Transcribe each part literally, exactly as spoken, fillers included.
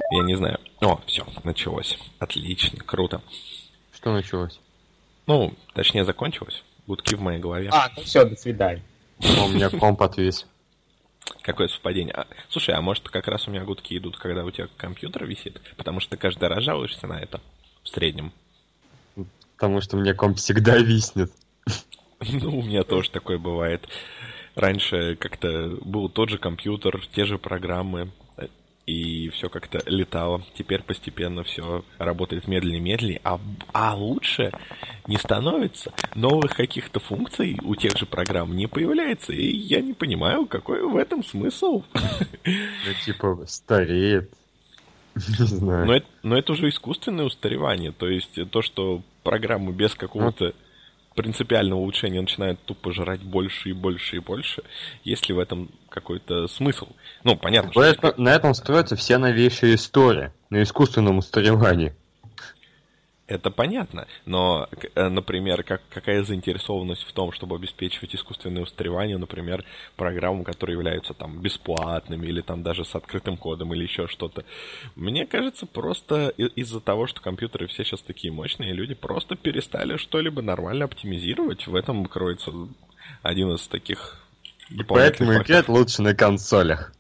Я не знаю. О, все, началось. Отлично, круто. Что началось? Ну, точнее, закончилось. Гудки в моей голове. А, ну все, до свидания. У меня комп отвис. Какое совпадение. А, слушай, а может как раз у меня гудки идут, когда у тебя компьютер висит? Потому что ты каждый раз жалуешься на это. В среднем. Потому что у меня комп всегда виснет. Ну, у меня тоже такое бывает. Раньше как-то был тот же компьютер, те же программы, и все как-то летало. Теперь постепенно все работает медленнее-медленнее, а, а лучше не становится. Новых каких-то функций у тех же программ не появляется, и я не понимаю, какой в этом смысл. Ну, типа, стареет. Не знаю. Но это, но это уже искусственное устаревание, то есть то, что программы без какого-то принципиального улучшения начинают тупо жрать больше и больше и больше, есть ли в этом какой-то смысл? Ну, понятно, что... Это, на этом строятся все новейшие истории, на искусственном устаревании. Это понятно, но, например, как, какая заинтересованность в том, чтобы обеспечивать искусственное устаревание, например, программам, которые являются там бесплатными или там даже с открытым кодом или еще что-то. Мне кажется, просто из-за того, что компьютеры все сейчас такие мощные, люди просто перестали что-либо нормально оптимизировать. В этом кроется один из таких дополнительных факторов. Поэтому играть лучше на консолях.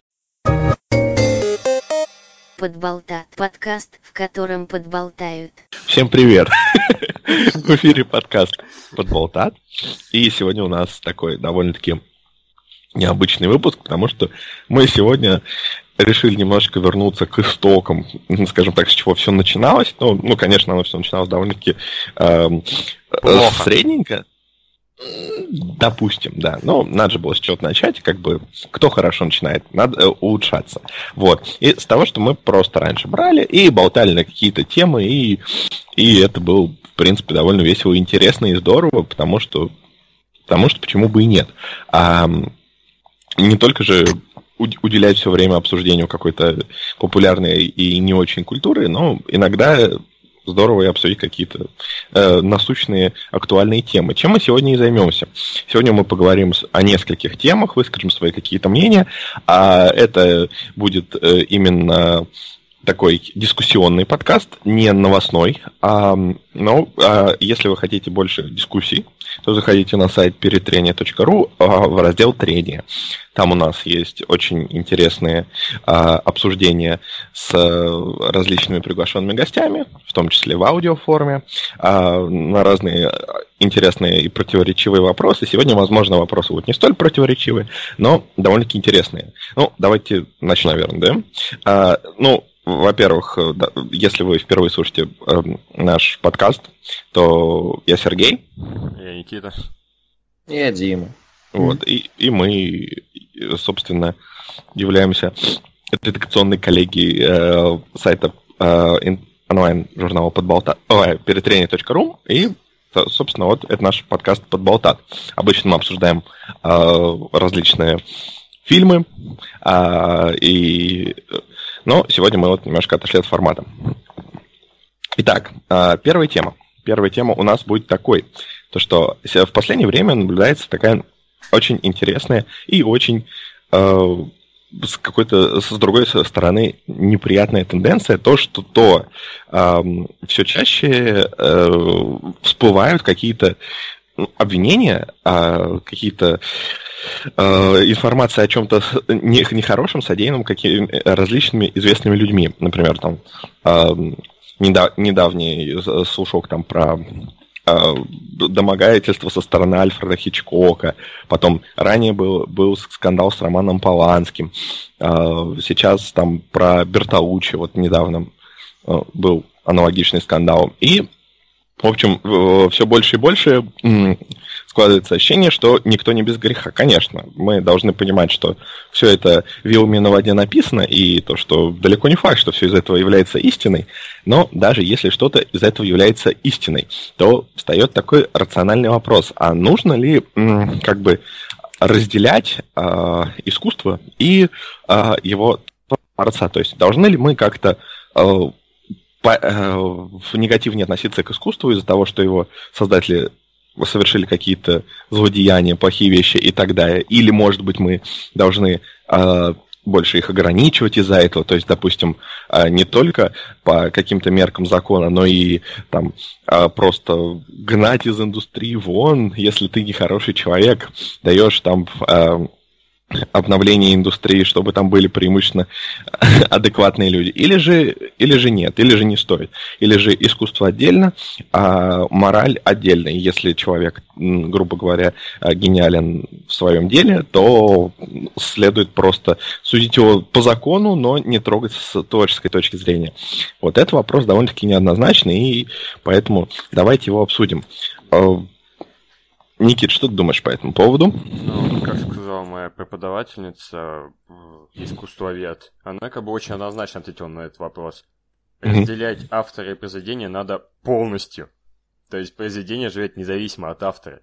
Подболтат. Подкаст, в котором подболтают. Всем привет! В эфире подкаст Подболтат. И сегодня у нас такой довольно-таки необычный выпуск, потому что мы сегодня решили немножечко вернуться к истокам, скажем так, с чего все начиналось. Ну, ну конечно, оно все начиналось довольно-таки э, средненько. Допустим, да. Но надо же было с чего-то начать, как бы, кто хорошо начинает, надо э, улучшаться. Вот. И с того, что мы просто раньше брали и болтали на какие-то темы, и, и это было, в принципе, довольно весело, интересно и здорово, потому что, потому что почему бы и нет. А не только же уделять все время обсуждению какой-то популярной и не очень культуры, но иногда здорово и обсудить какие-то э, насущные, актуальные темы. Чем мы сегодня и займемся? Сегодня мы поговорим о нескольких темах, выскажем свои какие-то мнения. А это будет э, именно такой дискуссионный подкаст, не новостной. А, но а, если вы хотите больше дискуссий, то заходите на сайт перетрение точка ру а, в раздел «Трение». Там у нас есть очень интересные а, обсуждения с а, различными приглашенными гостями, в том числе в аудиоформе, а, на разные интересные и противоречивые вопросы. Сегодня, возможно, вопросы будут не столь противоречивые, но довольно-таки интересные. Ну, давайте начнем, наверное, да? А, ну, во-первых, если вы впервые слушаете э, наш подкаст, то я Сергей. Я Никита. Я Дима. Вот, mm-hmm. и, и мы, собственно, являемся редакционной коллегией э, сайта э, онлайн-журнала Подболтат, э, перетрение точка ру, и, собственно, вот это наш подкаст Подболтат. Обычно мы обсуждаем э, различные фильмы, э, и... Но сегодня мы вот немножко отошли от формата. Итак, первая тема. Первая тема у нас будет такой, то что в последнее время наблюдается такая очень интересная и очень э, с какой-то, с другой стороны, неприятная тенденция, то, что то э, все чаще э, всплывают какие-то обвинения, э, какие-то информация о чем-то нехорошем, содеянном какими различными известными людьми. Например, там недавний слушок там про домогательство со стороны Альфреда Хичкока. Потом ранее был, был скандал с Романом Поланским. Сейчас там про Бертолуччи вот недавно был аналогичный скандал. И в общем, все больше и больше складывается ощущение, что никто не без греха. Конечно, мы должны понимать, что все это вилами на воде написано, и то, что далеко не факт, что все из этого является истиной, но даже если что-то из этого является истиной, то встает такой рациональный вопрос, а нужно ли как бы разделять э, искусство и э, его творца? То есть должны ли мы как-то э, негативнее относиться к искусству из-за того, что его создатели совершили какие-то злодеяния, плохие вещи и так далее. Или, может быть, мы должны э, больше их ограничивать из-за этого. То есть, допустим, не только по каким-то меркам закона, но и там просто гнать из индустрии вон, если ты не хороший человек, даешь там обновление индустрии, чтобы там были преимущественно адекватные люди. Или же, или же нет, или же не стоит. Или же искусство отдельно, а мораль отдельно. И если человек, грубо говоря, гениален в своем деле, то следует просто судить его по закону, но не трогать с творческой точки зрения. Вот это вопрос довольно-таки неоднозначный, и поэтому давайте его обсудим. Никит, что ты думаешь по этому поводу? Ну, как сказала моя преподавательница, искусствовед, она как бы очень однозначно ответила на этот вопрос. Разделять mm-hmm. автора и произведение надо полностью. То есть произведение живет независимо от автора.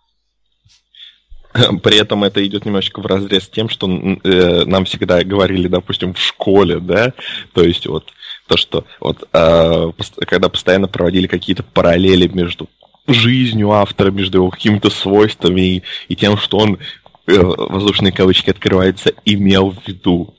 При этом это идет немножечко вразрез с тем, что э, нам всегда говорили, допустим, в школе, да, то есть вот то, что вот э, когда постоянно проводили какие-то параллели между жизнью автора, между его какими-то свойствами и, и тем, что он, э, воздушные кавычки открываются, имел в виду.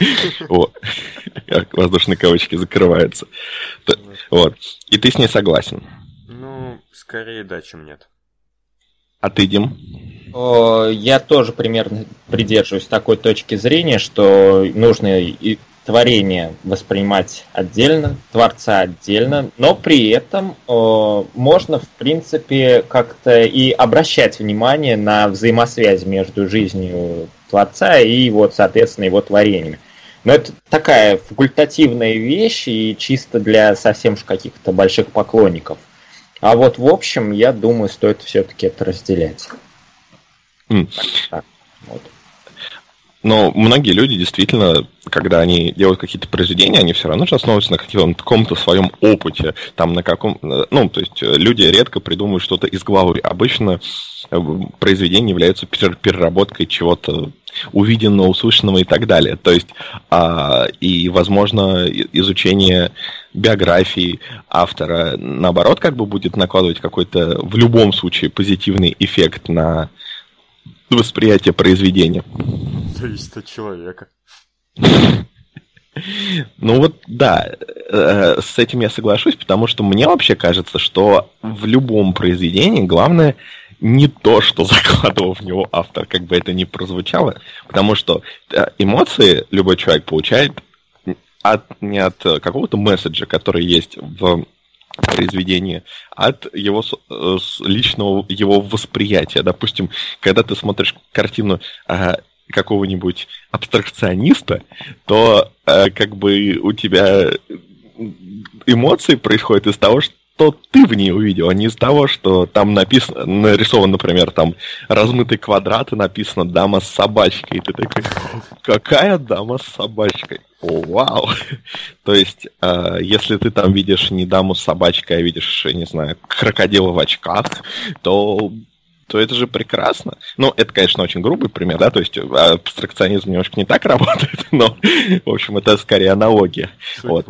Как воздушные кавычки закрываются. Вот. И ты с ней согласен? Ну, скорее да, чем нет. А ты, Дим? Я тоже примерно придерживаюсь такой точки зрения, что нужно и творение воспринимать отдельно, творца отдельно, но при этом э, можно, в принципе, как-то и обращать внимание на взаимосвязь между жизнью творца и, вот, соответственно, его творениями. Но это такая факультативная вещь и чисто для совсем уж каких-то больших поклонников. А вот, в общем, я думаю, стоит все-таки это разделять. Mm. Так, так, вот. Но многие люди действительно, когда они делают какие-то произведения, они все равно же основываются на каком-то, каком-то своем опыте. Там на каком, ну, то есть люди редко придумывают что-то из головы. Обычно произведения являются переработкой чего-то увиденного, услышанного и так далее. То есть, а, и, возможно, изучение биографии автора, наоборот, как бы будет накладывать какой-то, в любом случае, позитивный эффект на восприятие произведения. Зависит от человека. Ну вот, да, с этим я соглашусь, потому что мне вообще кажется, что в любом произведении главное не то, что закладывал в него автор, как бы это ни прозвучало, потому что эмоции любой человек получает от, не от какого-то месседжа, который есть в произведение, от его личного его восприятия. Допустим, когда ты смотришь картину э, какого-нибудь абстракциониста, то э, как бы у тебя эмоции происходят из того, что ты в ней увидел, а не из того, что там написано, нарисован, например, там размытый квадрат и написано «дама с собачкой». И ты такой, какая дама с собачкой? О, вау! То есть, э, если ты там видишь не даму с собачкой, а видишь, не знаю, крокодила в очках, то, то это же прекрасно. Ну, это, конечно, очень грубый пример, да, то есть абстракционизм немножко не так работает, но, в общем, это скорее аналогия. Вот.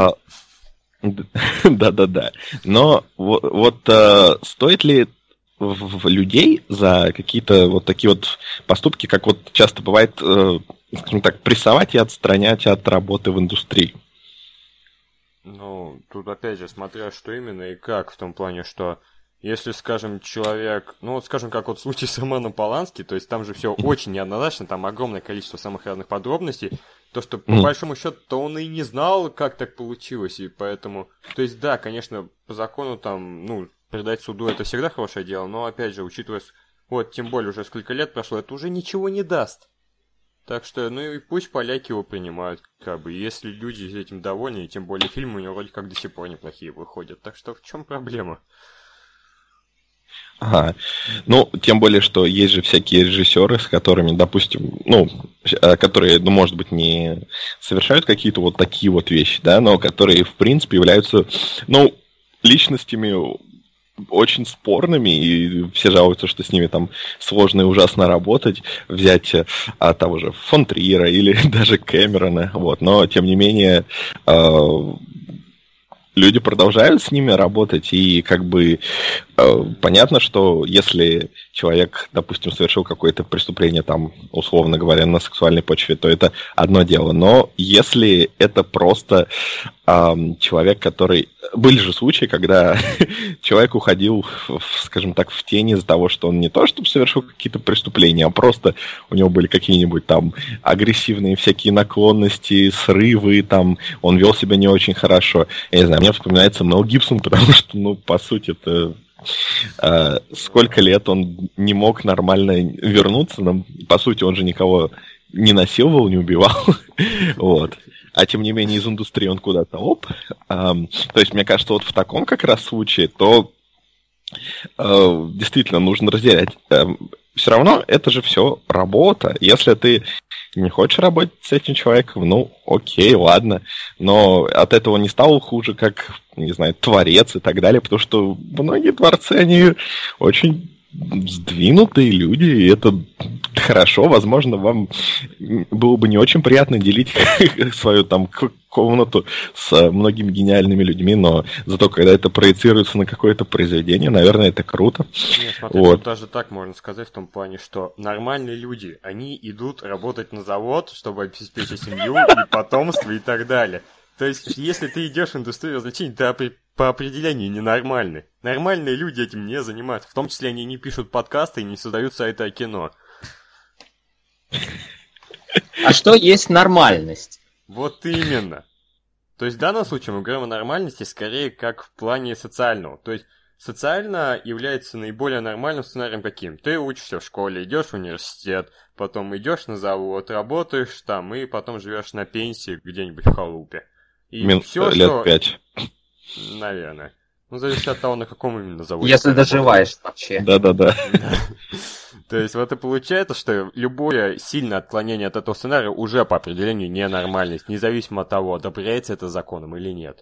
Да-да-да. Но вот, вот э, стоит ли в, в людей за какие-то вот такие вот поступки, как вот часто бывает, э, скажем так, прессовать и отстранять от работы в индустрии? Ну, тут опять же, смотря что именно и как, в том плане, что если, скажем, человек, ну вот скажем, как вот в случае с Романом Полански, то есть там же все очень неоднозначно, там огромное количество самых разных подробностей, то, что по mm. большому счету-то он и не знал, как так получилось, и поэтому, то есть да, конечно, по закону там, ну, передать суду это всегда хорошее дело, но опять же, учитывая, вот, тем более уже сколько лет прошло, это уже ничего не даст. Так что, ну и пусть поляки его принимают, как бы, если люди этим довольны, и тем более фильмы у него вроде как до сих пор неплохие выходят, так что в чем проблема? Ага. Ну, тем более, что есть же всякие режиссеры, с которыми, допустим, ну, которые, ну, может быть, не совершают какие-то вот такие вот вещи, да, но которые, в принципе, являются, ну, личностями очень спорными, и все жалуются, что с ними там сложно и ужасно работать, взять а, того же фон Триера или даже Кэмерона, вот, но, тем не менее, э, люди продолжают с ними работать, и как бы понятно, что если человек, допустим, совершил какое-то преступление, там, условно говоря, на сексуальной почве, то это одно дело. Но если это просто эм, человек, который... Были же случаи, когда человек уходил, в, скажем так, в тень из-за того, что он не то чтобы совершил какие-то преступления, а просто у него были какие-нибудь там агрессивные всякие наклонности, срывы, там, он вел себя не очень хорошо. Я не знаю, мне вспоминается Мел Гибсон, потому что, ну, по сути, это... Uh, сколько лет он не мог нормально вернуться, но, по сути, он же никого не насиловал, не убивал, вот. А тем не менее из индустрии он куда-то оп. Um, то есть, мне кажется, вот в таком как раз случае, то uh, действительно нужно разделять. Uh, все равно это же все работа. Если ты не хочешь работать с этим человеком, ну, окей, ладно. Но от этого не стало хуже, как, не знаю, творец и так далее, потому что многие творцы, они очень сдвинутые люди, и это хорошо. Возможно, вам было бы не очень приятно делить свою там комнату с многими гениальными людьми, но зато когда это проецируется на какое-то произведение, наверное, это круто. Нет, смотри, вот. Тут даже так можно сказать в том плане, что нормальные люди, они идут работать на завод, чтобы обеспечить семью и потомство и так далее. То есть, если ты идешь в индустрию развлечений, ты по определению ненормальный. Нормальные люди этим не занимаются. В том числе они не пишут подкасты и не создают сайты о кино. А что есть нормальность? Вот именно. То есть в данном случае мы говорим о нормальности скорее как в плане социального. То есть социально является наиболее нормальным сценарием каким? Ты учишься в школе, идешь в университет, потом идешь на завод, работаешь там и потом живешь на пенсии где-нибудь в халупе. И Мин... все, лет что... пять. Наверное. Ну, зависит от того, на каком именно заводе. Если доживаешь вообще. Да-да-да. То есть вот и получается, что любое сильное отклонение от этого сценария уже по определению ненормальность, независимо от того, одобряется это законом или нет.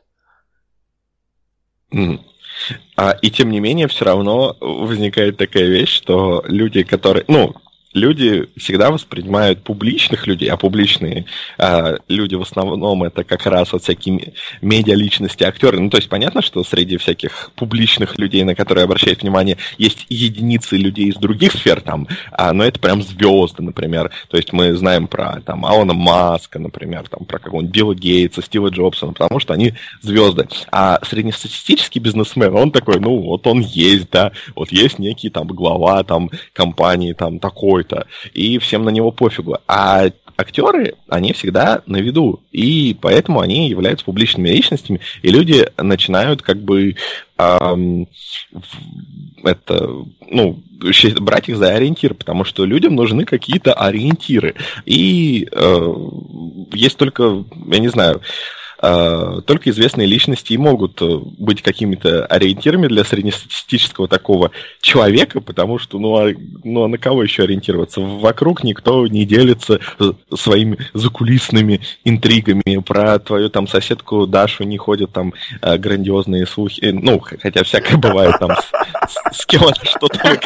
Mm. А, и тем не менее, все равно возникает такая вещь, что люди, которые... Ну, люди всегда воспринимают публичных людей, а публичные э, люди в основном это как раз вот всякие медиа-личности, актеры. Ну, то есть понятно, что среди всяких публичных людей, на которые обращают внимание, есть единицы людей из других сфер, там, а, но это прям звезды, например. То есть мы знаем про там, Алана Маска, например, там, про какого-нибудь Билла Гейтса, Стива Джобса, потому что они звезды. А среднестатистический бизнесмен, он такой, ну, вот он есть, да, вот есть некий там глава там компании там такой, и всем на него пофигу. А актеры, они всегда на виду, и поэтому они являются публичными личностями, и люди начинают как бы эм, это, ну, брать их за ориентир, потому что людям нужны какие-то ориентиры. И э, есть только, я не знаю, только известные личности и могут быть какими-то ориентирами для среднестатистического такого человека, потому что, ну а, ну, а на кого еще ориентироваться? Вокруг никто не делится своими закулисными интригами. Про твою там соседку Дашу не ходят там грандиозные слухи. Ну, хотя всякое бывает там, с, с кем она что-то...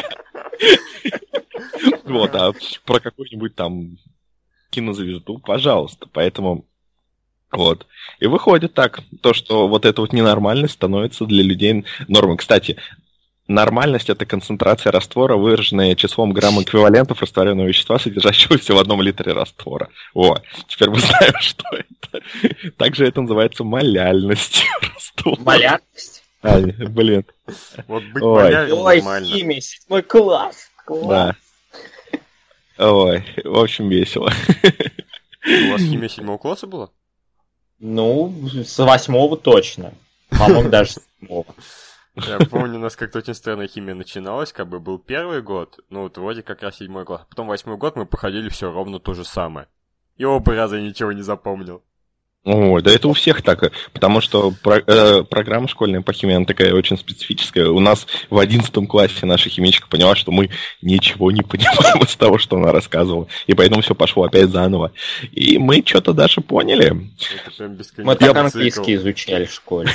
Вот, а про какую-нибудь там кинозвезду, пожалуйста. Поэтому... Вот. И выходит так, то, что вот эта вот ненормальность становится для людей нормой. Кстати, нормальность – это концентрация раствора, выраженная числом грамм эквивалентов растворенного вещества, содержащегося в одном литре раствора. О, теперь мы знаем, что это. Также это называется маляльность раствора. Маляльность? А, блин. Вот быть маляльным нормально. Ой, химия, седьмой класс. Да. Ой, в общем, весело. У вас химия седьмого класса была? Ну, с восьмого точно. По-моему, даже с седьмого. Я помню, у нас как-то очень странная химия начиналась, как бы был первый год, ну вот вроде как раз седьмой класс. Потом восьмой год мы проходили все ровно то же самое. И оба раза я ничего не запомнил. Ой, да это у всех так, потому что про, э, программа школьная по химии, она такая очень специфическая. У нас в одиннадцатом классе наша химичка поняла, что мы ничего не понимаем из того, что она рассказывала, и поэтому все пошло опять заново. И мы что-то даже поняли. Мы так английский изучали в школе.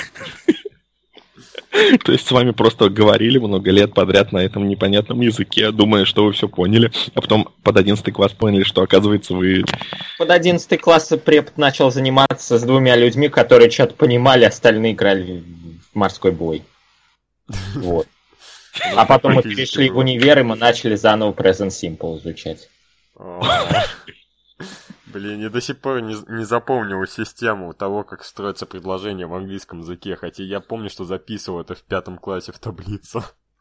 То есть с вами просто говорили много лет подряд на этом непонятном языке, думая, что вы все поняли, а потом под одиннадцатый класс поняли, что, оказывается, вы... Под одиннадцатый класс препод начал заниматься с двумя людьми, которые что-то понимали, остальные играли в морской бой. Вот. А потом мы перешли в универ, и мы начали заново Present Simple изучать. Блин, я до сих пор не, не запомнил систему того, как строится предложение в английском языке, хотя я помню, что записывал это в пятом классе в таблицу.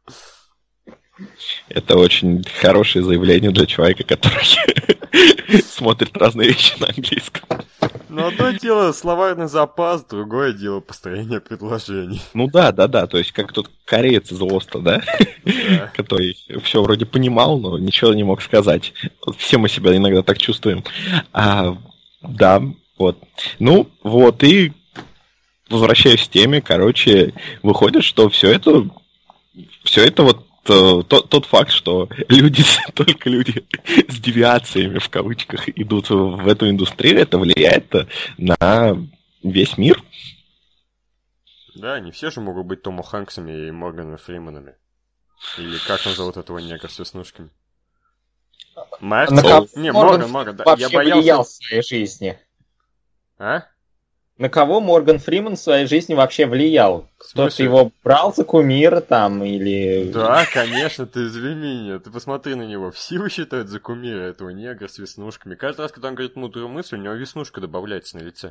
Это очень хорошее заявление для человека, который смотрит разные вещи на английском. Но одно дело словарный запас, другое дело построение предложений. Ну да, да, да, то есть как тот кореец из Лоста, да? Да. Который все вроде понимал, но ничего не мог сказать. Все мы себя иногда так чувствуем. А, да, вот. Ну, вот, и возвращаясь к теме, короче, выходит, что все это, все это вот Тот, тот факт, что люди, только люди с девиациями, в кавычках, идут в эту индустрию, это влияет на весь мир. Да, не все же могут быть Тому Хэнксами и Морганом Фрименами. Или как он зовут этого негра с веснушками? Мартин? Кого... Не, Морган, Морган, да. Вообще Я боялся... влиял в своей жизни. А? На кого Морган Фриман в своей жизни вообще влиял? Кто-то его брал за кумира там, или... Да, конечно, ты извини меня, ты посмотри на него. Все его считают за кумира этого негра с веснушками. Каждый раз, когда он говорит мудрую мысль, у него веснушка добавляется на лице.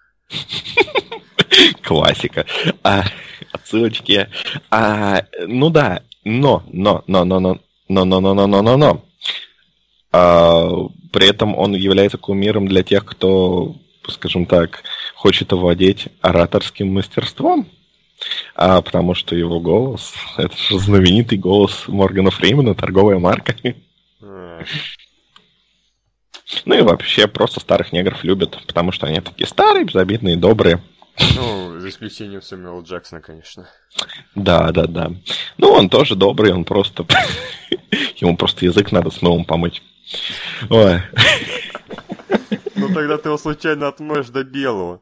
Классика. А, отсылочки. А, ну да, но, но, но, но, но, но, но, но, но, но, но, но. А, при этом он является кумиром для тех, кто, скажем так, хочет овладеть ораторским мастерством, а, потому что его голос, это же знаменитый голос Моргана Фримена, торговая марка. Ну и вообще просто старых негров любят, потому что они такие старые, безобидные, добрые. Ну, за исключением Сэмюэла Джексона, конечно. Да, да, да. Ну, он тоже добрый, он просто... Ему просто язык надо с мылом помыть. Ой. Ну, тогда ты его случайно отмоешь до белого.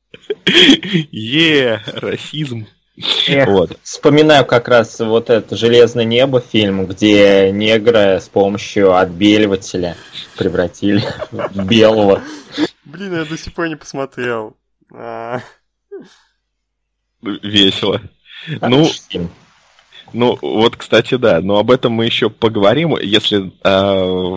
Е, расизм. Эх, вот. Вспоминаю как раз вот это «Железное небо» фильм, где негра с помощью отбеливателя превратили в белого. Блин, я до сих пор не посмотрел. А... Весело. Ну, ну, вот, кстати, да, но об этом мы еще поговорим, если, э,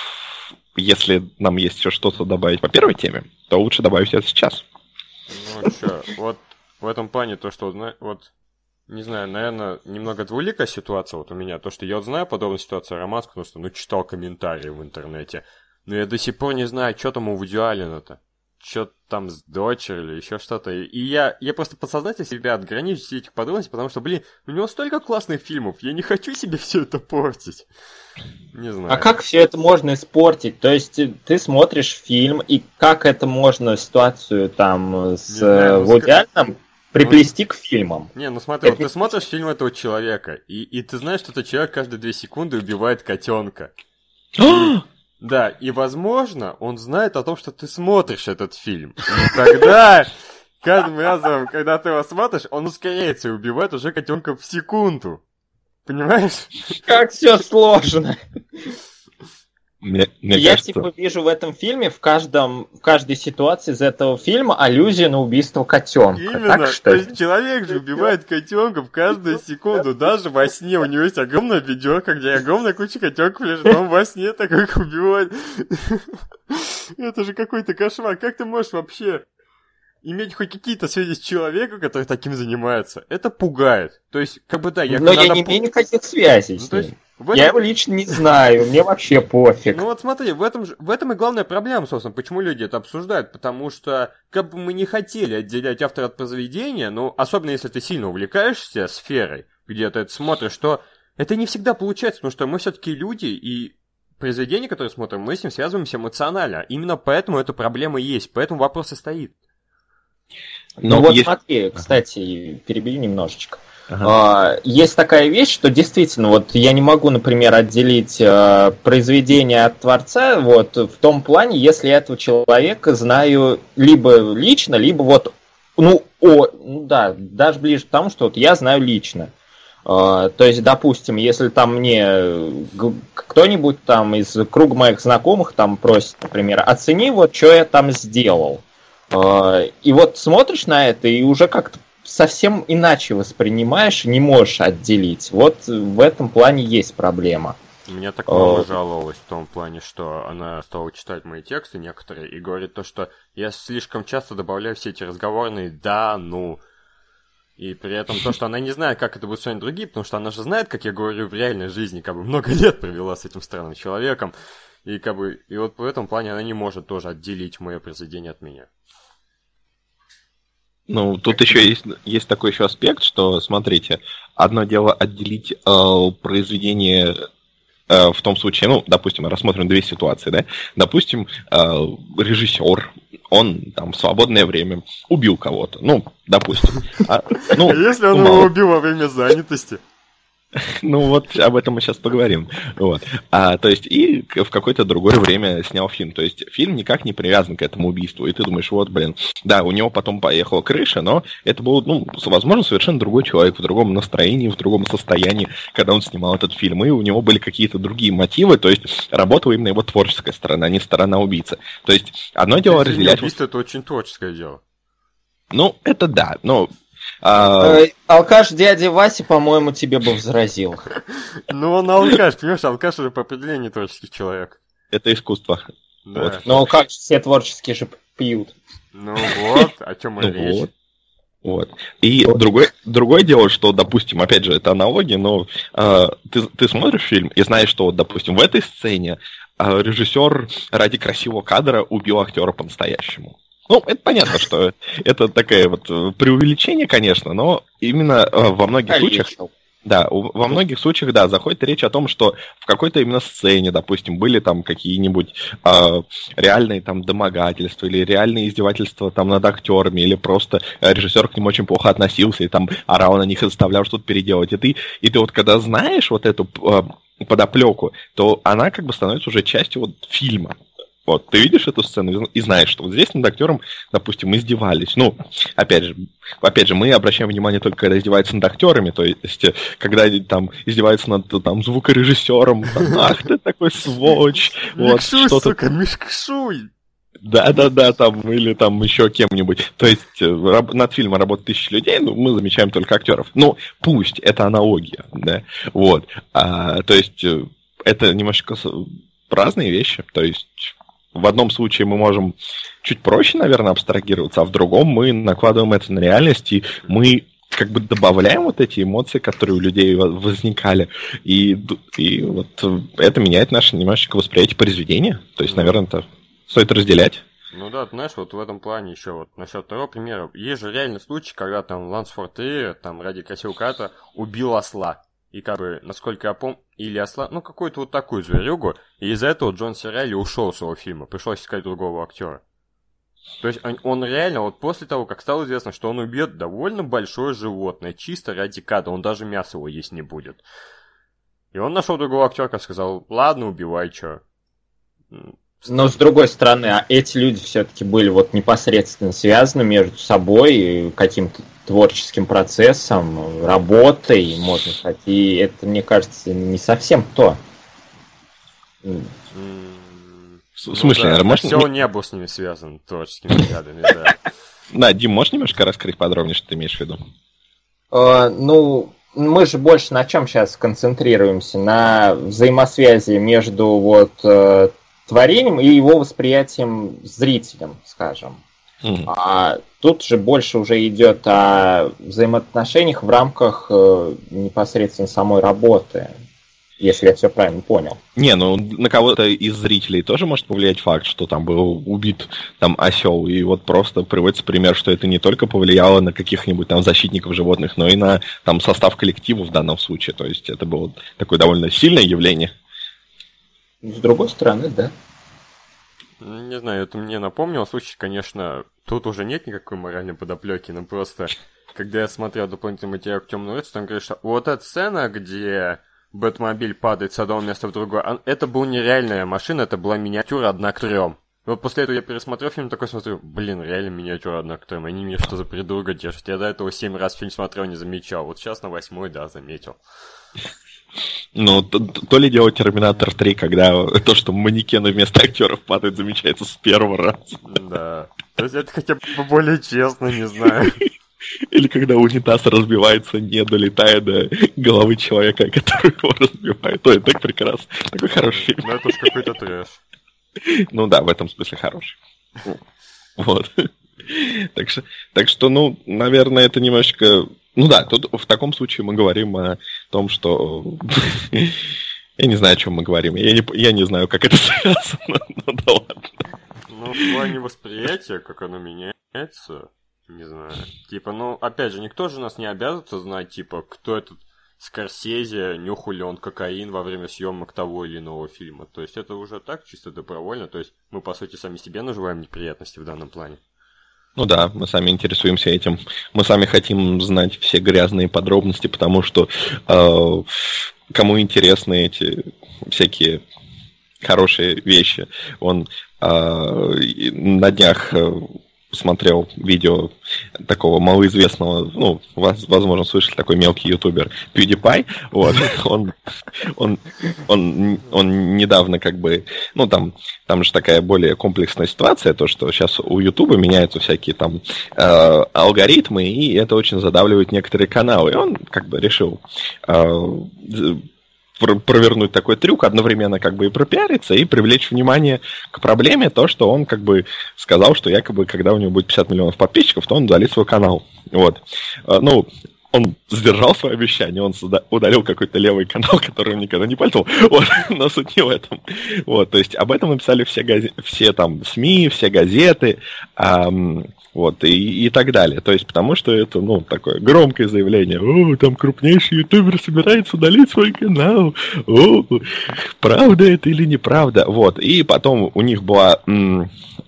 если нам есть еще что-то добавить по первой теме, то лучше добавить это сейчас. Ну, что, вот в этом плане то, что, вот, не знаю, наверное, немного двуликая ситуация вот у меня, то, что я вот знаю подобную ситуацию романскую, потому что, ну, читал комментарии в интернете, но я до сих пор не знаю, что там у Вуди Аллена-то. Что-то там с дочерью или еще что-то. И я, я просто подсознательно себя отграничу все этих подробностей, потому что, блин, у него столько классных фильмов, я не хочу себе все это портить. Не знаю. А как все это можно испортить? То есть ты смотришь фильм, и как это можно ситуацию там с знаю, Вуди Алленом приплести ну, к фильмам? Не, ну смотри, это... вот ты смотришь фильм этого человека, и, и ты знаешь, что этот человек каждые две секунды убивает котенка. Да, и, возможно, он знает о том, что ты смотришь этот фильм. И тогда, каждым разом, когда ты его смотришь, он ускоряется и убивает уже котенка в секунду. Понимаешь? Как все сложно. Мне, мне Я кажется... типа вижу в этом фильме, в каждом, в каждой ситуации из этого фильма аллюзия на убийство котенка. Именно, так, что то есть человек же убивает котенков каждую секунду, даже во сне. У него есть огромная ведерко, где огромная куча котенков лежит, он во сне так их убивает. Это же какой-то кошмар. Как ты можешь вообще иметь хоть какие-то связи с человеком, который таким занимается? Это пугает. То есть, как бы да, я... Но я не имею никаких связей с ним. Этом... Я его лично не знаю, мне вообще пофиг. Ну вот смотри, в этом, же, в этом и главная проблема, собственно, почему люди это обсуждают, потому что, как бы мы не хотели отделять автора от произведения, но особенно если ты сильно увлекаешься сферой, где ты это смотришь, то это не всегда получается, потому что мы все-таки люди, и произведения, которые смотрим, мы с ним связываемся эмоционально. Именно поэтому эта проблема и есть, поэтому вопрос и стоит. Ну вот есть... смотри, кстати, перебью немножечко. Ага. Есть такая вещь, что действительно, вот я не могу, например, отделить э, произведение от творца, вот в том плане, если я этого человека знаю либо лично, либо вот, ну, о, ну да, даже ближе к тому, что вот я знаю лично. Э, то есть, допустим, если там мне кто-нибудь там из круга моих знакомых там просит, например, оцени вот, что я там сделал. Э, и вот смотришь на это, и уже как-то совсем иначе воспринимаешь, не можешь отделить. Вот в этом плане есть проблема. У меня так мама жаловалась в том плане, что она стала читать мои тексты некоторые и говорит то, что я слишком часто добавляю все эти разговорные «да», «ну». И при этом то, что она не знает, как это будут сегодня другие, потому что она же знает, как я говорю в реальной жизни, как бы много лет провела с этим странным человеком. И как бы, и вот в этом плане она не может тоже отделить мое произведение от меня. Ну, тут еще есть, есть такой еще аспект, что, смотрите, одно дело отделить э, произведение э, в том случае, ну, допустим, рассмотрим две ситуации, да, допустим, э, режиссер, он там в свободное время убил кого-то, ну, допустим. А, ну, а если он его убил во время занятости? Ну вот об этом мы сейчас поговорим. Вот. А, то есть и в какое-то другое время снял фильм. То есть фильм никак не привязан к этому убийству. И ты думаешь, вот, блин, да, у него потом поехала крыша, но это был, ну, возможно, совершенно другой человек, в другом настроении, в другом состоянии, когда он снимал этот фильм. И у него были какие-то другие мотивы, то есть работала именно его творческая сторона, а не сторона убийцы. То есть одно дело разделять... Убийство — это очень творческое дело. Ну, это да, но... А... Алкаш дядя Вася, по-моему, тебе бы возразил. Ну, он алкаш, понимаешь, алкаш уже по определению творческий человек. Это искусство. Да. Вот. Но как все творческие же пьют. Ну вот, о чем и речь. Вот. Вот. И вот. Другой, другое дело, что, допустим, опять же, это аналогия, но э, ты, ты смотришь фильм и знаешь, что, допустим, в этой сцене э, режиссер ради красивого кадра убил актера по-настоящему. Ну, это понятно, что это такое вот преувеличение, конечно, но именно во многих случаях... Да, во многих случаях, да, заходит речь о том, что в какой-то именно сцене, допустим, были там какие-нибудь э, реальные там домогательства или реальные издевательства там над актерами, или просто режиссер к ним очень плохо относился и там орал на них и заставлял что-то переделать. И ты, и ты вот когда знаешь вот эту э, подоплеку, то она как бы становится уже частью вот фильма. Вот, ты видишь эту сцену и знаешь, что вот здесь над актером, допустим, издевались. Ну, опять же, опять же, мы обращаем внимание только, когда издеваются над актерами, то есть, когда там издеваются над там, звукорежиссером, там, ах ты такой сволочь. Микшуй, вот, сука, микшуй! Да-да-да, там, или там еще кем-нибудь. То есть, над фильмом работает тысячи людей, но мы замечаем только актеров. Ну, пусть, это аналогия, да, вот. А, то есть, это немножко разные вещи, то есть... В одном случае мы можем чуть проще, наверное, абстрагироваться, а в другом мы накладываем это на реальность, и мы как бы добавляем вот эти эмоции, которые у людей возникали, и, и вот это меняет наше немножечко восприятие произведения. То есть, наверное, это стоит разделять. Ну да, ты знаешь, вот в этом плане еще вот насчет второго примера. Есть же реальный случай, когда там Ланс Фортриер там ради красивого ката убил осла. И как бы, насколько я помню, или осла, ну какую-то вот такую зверюгу, и из-за этого Джон Си Райли ушел с этого фильма, пришлось искать другого актера. То есть он, он реально, вот после того, как стало известно, что он убьет довольно большое животное, чисто ради кадра, он даже мясо его есть не будет. И он нашел другого актера, который сказал, ладно, убивай, чё. Но с другой стороны, а эти люди все-таки были вот непосредственно связаны между собой каким-то творческим процессом, работой, можно сказать, и это, мне кажется, не совсем то. Mm. В смысле, ну, да, можно... Все не был с ними связан творческими взглядами, да. Да, Дим, можешь немножко раскрыть подробнее, что ты имеешь в виду? Ну, мы же больше на чем сейчас концентрируемся? На взаимосвязи между вот творением и его восприятием зрителем, скажем. Mm-hmm. А тут же больше уже идет о взаимоотношениях в рамках э, непосредственно самой работы, если я все правильно понял. Не, ну на кого-то из зрителей тоже может повлиять факт, что там был убит там осел, и вот просто приводится пример, что это не только повлияло на каких-нибудь там защитников животных, но и на там состав коллектива в данном случае, то есть это было такое довольно сильное явление. С другой стороны, да. Не знаю, это мне напомнило случай, конечно, тут уже нет никакой моральной подоплеки, но просто, когда я смотрел дополнительный материал к «Темному рыцарю», там говорят, что вот эта сцена, где Бэтмобиль падает с одного места в другое, это была нереальная машина, это была миниатюра одна к трем. И вот после этого я пересмотрел фильм, такой смотрю, блин, реально миниатюра одна к трем, они мне что за придурка держат. Я до этого семь раз фильм смотрел, не замечал, вот сейчас на восьмой, да, заметил. Ну, то, то ли дело Терминатор три, когда то, что манекены вместо актеров падают, замечается с первого раза. Да. То есть это хотя бы более честно, не знаю. Или когда унитаз разбивается, не долетая до головы человека, который его разбивает. Ой, так прекрасно. Такой хороший фильм. Ну это уж какой-то трэш. Ну да, в этом смысле хороший. Вот. Так что, так что, ну, наверное, это немножечко... Ну да, тут в таком случае мы говорим о том, что... Я не знаю, о чем мы говорим. Я не, я не знаю, как это связано, но да ладно. Ну, в плане восприятия, как оно меняется, не знаю. Типа, ну, опять же, никто же нас не обязывается знать, типа, кто этот Скорсезе, нюхал ли он кокаин во время съемок того или иного фильма. То есть это уже так, чисто добровольно. То есть мы, по сути, сами себе наживаем неприятности в данном плане. Ну да, мы сами интересуемся этим. Мы сами хотим знать все грязные подробности, потому что э, кому интересны эти всякие хорошие вещи. Он э, на днях э, смотрел видео такого малоизвестного, ну, вас, возможно, слышали, такой мелкий ютубер PewDiePie, вот, он, он, он, он недавно как бы, ну, там, там же такая более комплексная ситуация, то, что сейчас у Ютуба меняются всякие там э, алгоритмы, и это очень задавливает некоторые каналы, и он как бы решил э, провернуть такой трюк, одновременно как бы и пропиариться, и привлечь внимание к проблеме, то, что он как бы сказал, что якобы, когда у него будет пятьдесят миллионов подписчиков, то он удалит свой канал. Вот. Ну, он сдержал свое обещание, он удалил какой-то левый канал, который он никогда не пальцевал. Вот, но суть не в этом. Вот, то есть об этом написали все, газе... все там СМИ, все газеты, эм, вот, и, и так далее. То есть потому что это, ну, такое громкое заявление. О, там крупнейший ютубер собирается удалить свой канал. О, правда это или неправда? Вот, и потом у них была м-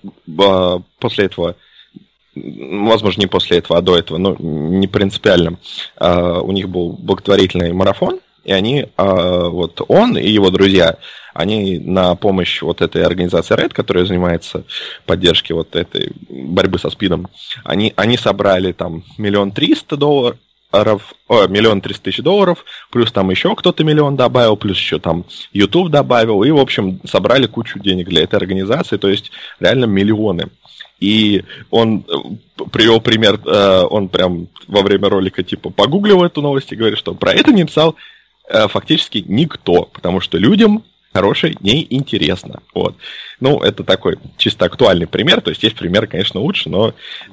м- после этого... Возможно, не после этого, а до этого, но не принципиально. Uh, у них был благотворительный марафон, и они, uh, вот он и его друзья, они на помощь вот этой организации Red, которая занимается поддержкой вот этой борьбы со СПИДом, они, они собрали там миллион триста долларов, о, миллион триста тысяч долларов, плюс там еще кто-то миллион добавил, плюс еще там YouTube добавил, и, в общем, собрали кучу денег для этой организации, то есть реально миллионы. И он привел пример, он прям во время ролика типа погуглил эту новость и говорит, что про это не писал фактически никто, потому что людям хорошее не интересно. Вот. Ну, это такой чисто актуальный пример, то есть есть примеры, конечно, лучше, но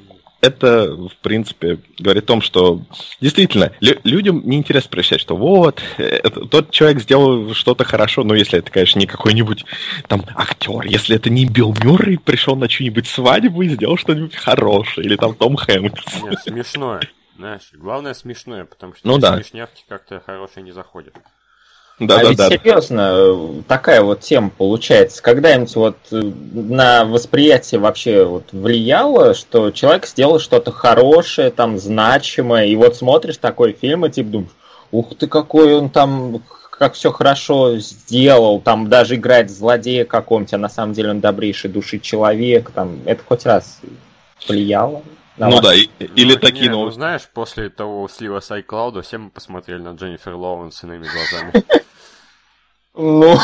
это, в принципе, говорит о том, что действительно лю- людям неинтересно прочитать, что вот, это, тот человек сделал что-то хорошо, но если это, конечно, не какой-нибудь там актер, если это не Билл Мюррей пришел на чью-нибудь свадьбу и сделал что-нибудь хорошее, или там Том Хэнкс. Нет, смешное, знаешь, главное смешное, потому что ну, да. смешнявки как-то хорошие не заходят. Да, а да, ведь да. серьезно, такая вот тема получается. Когда-нибудь вот на восприятие вообще вот влияло, что человек сделал что-то хорошее, там, значимое, и вот смотришь такой фильм и типа думаешь, ух ты, какой он там, как все хорошо сделал, там даже играет злодея какого-нибудь, а на самом деле он добрейший души человек, там, это хоть раз влияло? Ну да, и, или ну, такие... Не, ну, знаешь, после того слива с iCloud все мы посмотрели на Дженнифер Лоуренс с иными глазами. Ну,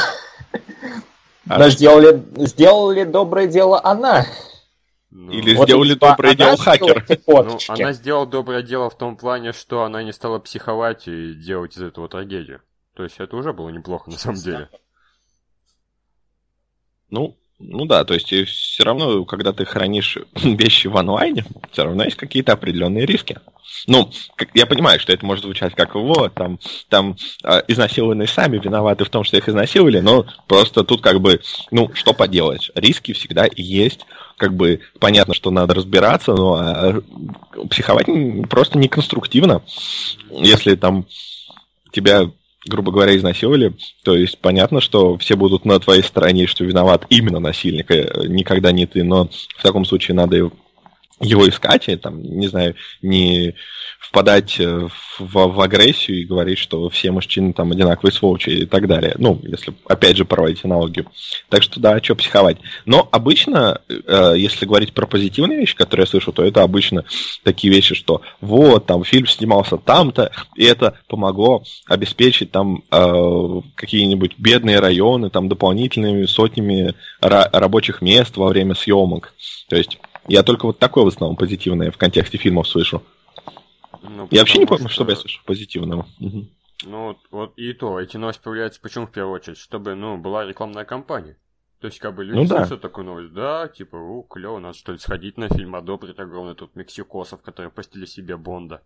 но сделали, сделали доброе дело она. Или сделали доброе дело хакер. Ну, она сделала доброе дело в том плане, что она не стала психовать и делать из этого трагедию. То есть это уже было неплохо на самом деле. Ну, Ну да, то есть все равно, когда ты хранишь вещи в онлайне, все равно есть какие-то определенные риски. Ну, как, я понимаю, что это может звучать как вот, там, там э, изнасилованные сами виноваты в том, что их изнасиловали, но просто тут как бы, ну, что поделать, риски всегда есть, как бы понятно, что надо разбираться, но э, психовать просто неконструктивно, если там тебя... грубо говоря, изнасиловали, то есть понятно, что все будут на твоей стороне, что виноват именно насильник, никогда не ты, но в таком случае надо его искать, и там, не знаю, не впадать в, в агрессию и говорить, что все мужчины там одинаковые сволочи и так далее. Ну, если, опять же, проводить аналогию. Так что, да, что психовать. Но обычно, э, если говорить про позитивные вещи, которые я слышу, то это обычно такие вещи, что вот, там, фильм снимался там-то, и это помогло обеспечить там э, какие-нибудь бедные районы, там, дополнительными сотнями ра- рабочих мест во время съемок. То есть я только вот такое в основном позитивное в контексте фильмов слышу. Ну, Я вообще не потому помню, что- чтобы я слышал позитивного. Мгм. Ну, вот, вот и то, эти новости появляются почему в первую очередь? Чтобы, ну, была рекламная кампания. То есть, как бы люди Ну да. слышат такую новость, да, типа, у, клево, надо что ли сходить на фильм, одобрить огромный тут мексикосов, которые постили себе Бонда.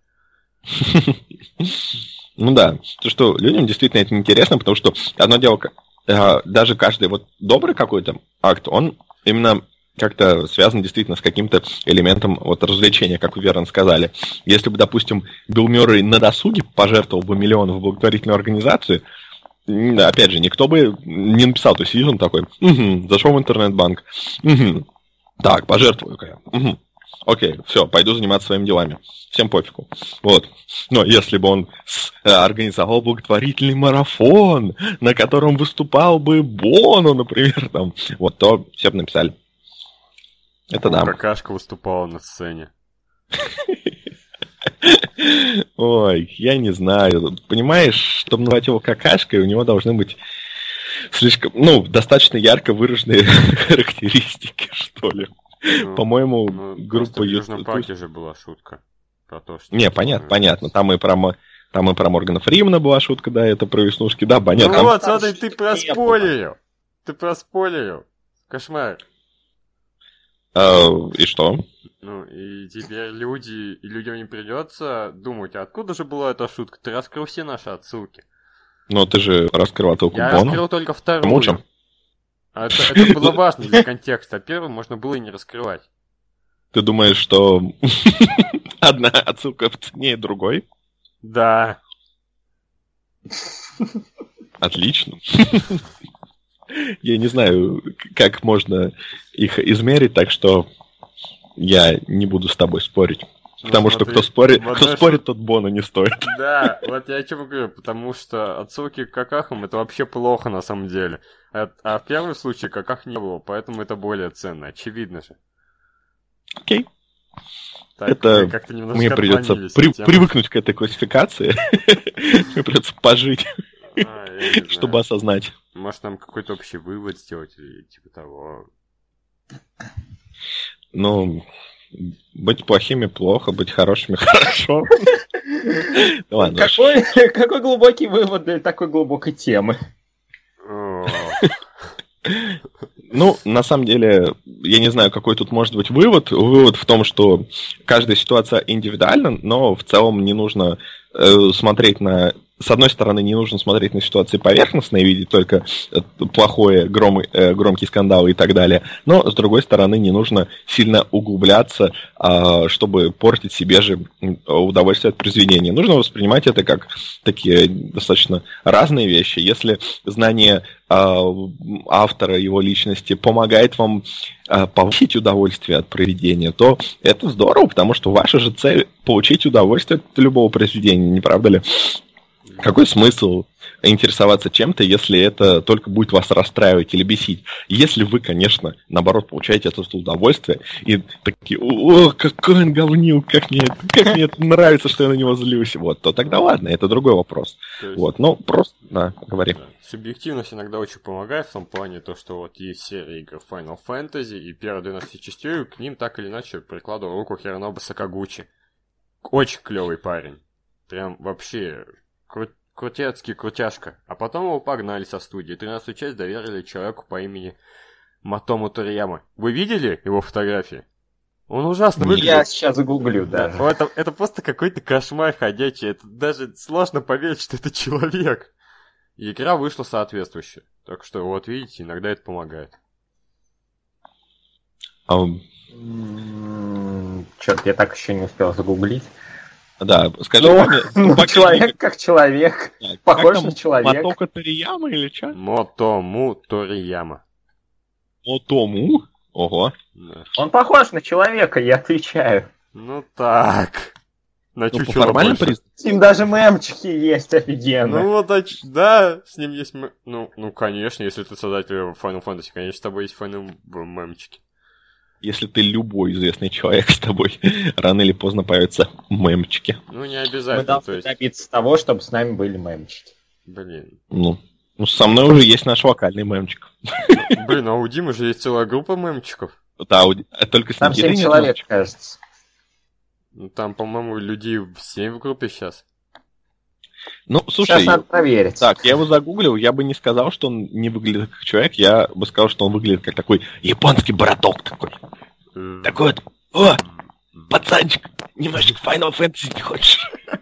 Ну да, то что людям действительно это интересно, потому что одно дело, как- э, даже каждый вот добрый какой-то акт, он именно как-то связан действительно с каким-то элементом вот развлечения, как вы верно сказали. Если бы, допустим, Билл Мюррей на досуге пожертвовал бы миллион в благотворительную организацию, м, опять же, никто бы не написал, то есть сидит он такой, угу, зашел в интернет-банк, угу, так, пожертвую-ка я, угу. Окей, все, пойду заниматься своими делами. Всем пофигу. Вот. Но если бы он с- э, организовал благотворительный марафон, на котором выступал бы Боно, например, там, вот, то все бы написали. Это да. Какашка выступала на сцене. Ой, я не знаю. Понимаешь, чтобы назвать его какашкой, у него должны быть слишком, ну, достаточно ярко выраженные характеристики, что ли. Ну, По-моему, ну, просто группа в Южном YouTube- парке же была шутка. Про то, что... Не, понятно, понятно. Там и про Мо- там и про Моргана Фримена была шутка, да, это про Веснушки, да, Ну понятно. Там- вот, там смотри, ты шутки не было. проспойлерил. Ты проспойлерил. Кошмар. э, и что? Ну, и теперь люди, и людям не придется думать, а откуда же была эта шутка? Ты раскрыл все наши отсылки. Ну, ты же раскрывал только Я Боно. раскрыл только вторую. Мучим. А это, это было важно для контекста. А первую можно было и не раскрывать. Ты думаешь, что одна отсылка ценнее другой? Да. Отлично. Я не знаю, как можно их измерить, так что я не буду с тобой спорить. Ну, Потому что смотри, кто спорит, вот кто знаешь, спорит, тот Боно не стоит. Да, вот я о чем говорю, потому что отсылки к какахам это вообще плохо на самом деле. А, а в первом случае каках не было, поэтому это более ценно, очевидно же. Окей. Так, Это мы как-то немножко Мне придется отклонились при- от темы. привыкнуть к этой классификации. Мне придется пожить, А, я не знаю. чтобы осознать. Может, нам какой-то общий вывод сделать или типа того. Ну, быть плохими плохо, быть хорошими хорошо. Ладно. Какой, какой глубокий вывод для такой глубокой темы. О, Ну, на самом деле, я не знаю, какой тут может быть вывод. Вывод в том, что каждая ситуация индивидуальна, но в целом не нужно э, смотреть на... С одной стороны, не нужно смотреть на ситуации поверхностно и видеть только э, плохое, гром, э, громкие скандалы и так далее. Но, с другой стороны, не нужно сильно углубляться, э, чтобы портить себе же удовольствие от произведения. Нужно воспринимать это как такие достаточно разные вещи. Если знание автора, его личности помогает вам э, получить удовольствие от произведения, то это здорово, потому что ваша же цель получить удовольствие от любого произведения, не правда ли? Какой смысл интересоваться чем-то, если это только будет вас расстраивать или бесить? Если вы, конечно, наоборот, получаете от этого удовольствие и такие, о, какой он говнил, как мне, как мне это нравится, что я на него злюсь, вот, то тогда ладно, это другой вопрос. то есть, Вот, ну, просто, да, говори. да, субъективность иногда очень помогает в том плане, то, что вот есть серия игр Final Fantasy, и первые двенадцать частей к ним так или иначе прикладывал руку Хиронобу Сакагучи. Очень клевый парень. Прям вообще кру- крутецкий крутяшка. А потом его погнали со студии. тринадцатую часть доверили человеку по имени Матому Торияма. Вы видели его фотографии? Он ужасно выглядит. Я сейчас загуглю Да, даже. это, это просто какой-то кошмар ходячий. Это даже сложно поверить, что это человек. И игра вышла соответствующая. Так что, вот видите, иногда это помогает. А, Что-то я так еще не успел загуглить. да, скажи, Ну, мне, ну, пока- человек как человек. как похож там, на человека. Матока Торияма или что? Мотому Торияма. Мотому? Ого. Да. Он похож на человека, я отвечаю. Ну так. На Ну, по чучело формальным больше. признакам. С ним даже мемчики есть офигенно. Ну вот, а ч- да, с ним есть м- Ну, ну, конечно, если ты создатель Final Fantasy, конечно, с тобой есть Final мемчики. Если ты любой известный человек, с тобой рано или поздно появятся мемчики. Ну, не Мы обязательно, то должны есть, добиться того, чтобы с нами были мемчики. блин. Ну, ну, со мной уже есть наш локальный мемчик. Ну, блин, а у Димы же есть целая группа мемчиков. Да, у- а только с Там Никитой семь нет человек, мемчика. кажется. Ну, там, по-моему, людей семь в группе сейчас. Ну, слушай, Сейчас надо проверить. Так, я его загуглил, я бы не сказал, что он не выглядит как человек, я бы сказал, что он выглядит как такой японский бородок такой. Такой вот, о, пацанчик, немножечко Final Fantasy не хочешь?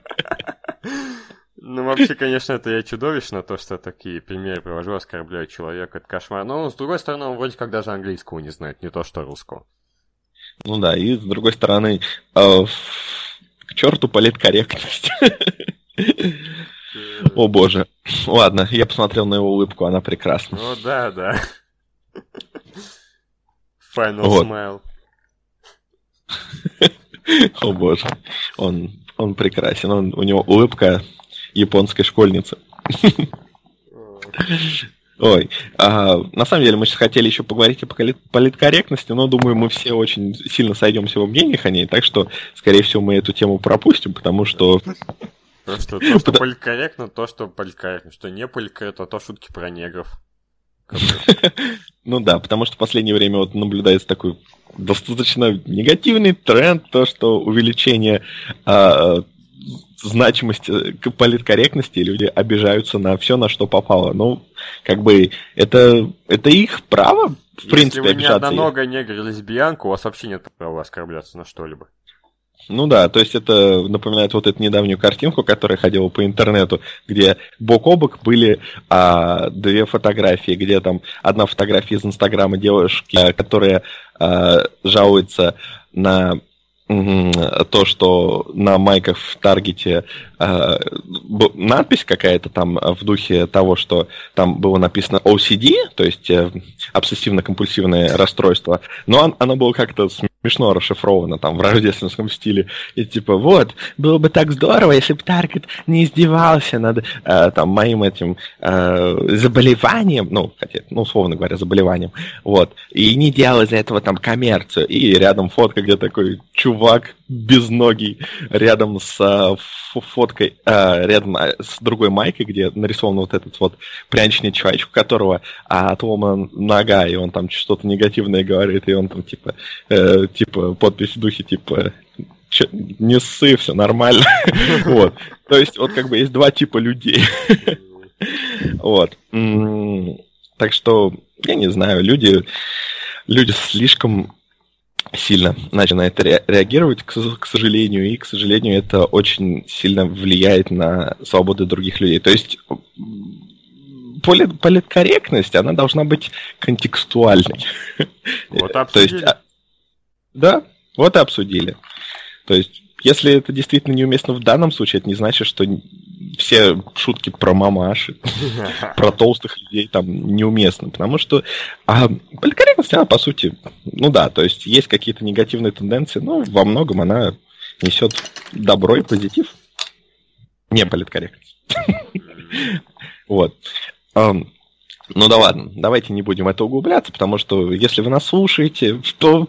Ну, вообще, конечно, это я чудовищно, то, что такие примеры привожу, оскорбляю человека, это кошмар. Но, с другой стороны, он вроде как даже английского не знает, не то что русского. Ну да, и с другой стороны, э, к черту политкорректность. О боже. Ладно, я посмотрел на его улыбку, она прекрасна. О, да, да. Final вот. smile. О боже. Он, он прекрасен. Он, у него улыбка японской школьницы. Ой, а, на самом деле мы сейчас хотели еще поговорить о политкорректности, но думаю, мы все очень сильно сойдемся во мнениях о ней, так что, скорее всего, мы эту тему пропустим, потому что... Просто то, что политкорректно, то, что политкорректно, что не политкорректно, то шутки про негров. Ну да, потому что в последнее время вот наблюдается такой достаточно негативный тренд, то, что увеличение а, значимости политкорректности, люди обижаются на все, на что попало. Ну, как бы, это, это их право, в принципе, обижаться. Если вы не одноногая негр или лесбиянка, у вас вообще нет права оскорбляться на что-либо. Ну да, то есть это напоминает вот эту недавнюю картинку, которая ходила по интернету, где бок о бок были а, две фотографии, где там одна фотография из Инстаграма девушки, которая а, жалуется на то, что на майках в Таргете э, надпись какая-то там в духе того, что там было написано о си ди, то есть э, обсессивно-компульсивное расстройство, но он, оно было как-то смешно расшифровано там в рождественском стиле. И типа, вот, было бы так здорово, если бы Таргет не издевался над э, там, моим этим э, заболеванием, ну, хотя, ну, условно говоря, заболеванием, вот, и не делал из-за этого там коммерцию. И рядом фотка, где такой чувак Чувак безногий рядом с а, фоткой, а, рядом с другой майкой, где нарисован вот этот вот пряничный человечек, у которого а, отломана нога, и он там что-то негативное говорит, и он там типа, э, типа подпись в духе типа Че, не ссы, все нормально. Вот. То есть вот как бы есть два типа людей. Вот. Так что, я не знаю, люди, люди слишком сильно начали на это реагировать, к, к сожалению, и, к сожалению, это очень сильно влияет на свободу других людей. То есть полит, политкорректность, она должна быть контекстуальной. Вот обсудили. То есть, да, вот и обсудили. То есть, если это действительно неуместно в данном случае, это не значит, что все шутки про мамаши, про толстых людей там неуместны. Потому что а, политкорректность, она, по сути, ну да, то есть есть какие-то негативные тенденции, но во многом она несет добро и позитив. Не политкорректность. Вот. Ну да ладно, давайте не будем в это углубляться, потому что если вы нас слушаете, то,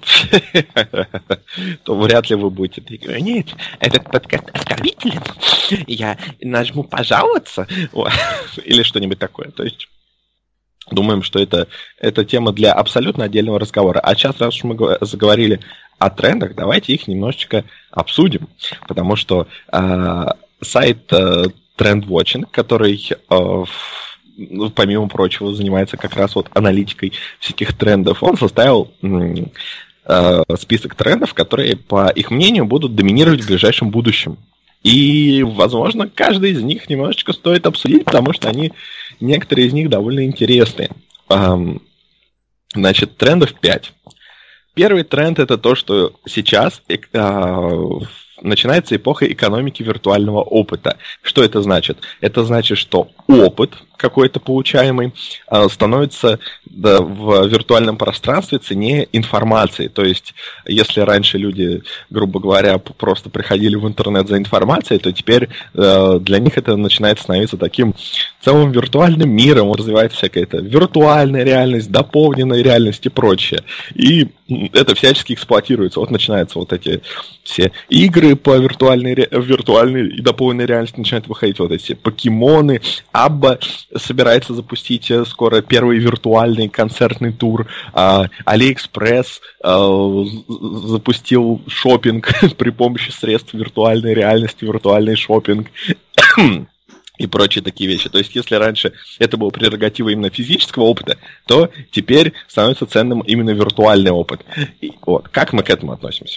то вряд ли вы будете говорить, нет, этот подкаст оскорбителен, я нажму пожаловаться, или что-нибудь такое. То есть думаем, что это, это тема для абсолютно отдельного разговора. А сейчас, раз уж мы заговорили о трендах, давайте их немножечко обсудим, потому что э, сайт э, TrendWatching, который... Э, помимо прочего, занимается как раз вот аналитикой всяких трендов. Он составил э, список трендов, которые, по их мнению, будут доминировать в ближайшем будущем. И, возможно, каждый из них немножечко стоит обсудить, потому что они, некоторые из них довольно интересные. Эм, значит, трендов пять. Первый тренд — это то, что сейчас э, э, начинается эпоха экономики виртуального опыта. Что это значит? Это значит, что опыт какой-то получаемый становится в виртуальном пространстве ценнее информации. То есть, если раньше люди, грубо говоря, просто приходили в интернет за информацией, то теперь для них это начинает становиться таким целым виртуальным миром. Вот развивается всякая эта виртуальная реальность, дополненная реальность и прочее. И это всячески эксплуатируется. Вот начинаются вот эти все игры игры по виртуальной, ре... виртуальной и дополненной реальности начинают выходить вот эти покемоны. Абба собирается запустить скоро первый виртуальный концертный тур. Алиэкспресс запустил шопинг при помощи средств виртуальной реальности, виртуальный шопинг. И прочие такие вещи. То есть, если раньше это было прерогатива именно физического опыта, то теперь становится ценным именно виртуальный опыт. И вот, как мы к этому относимся?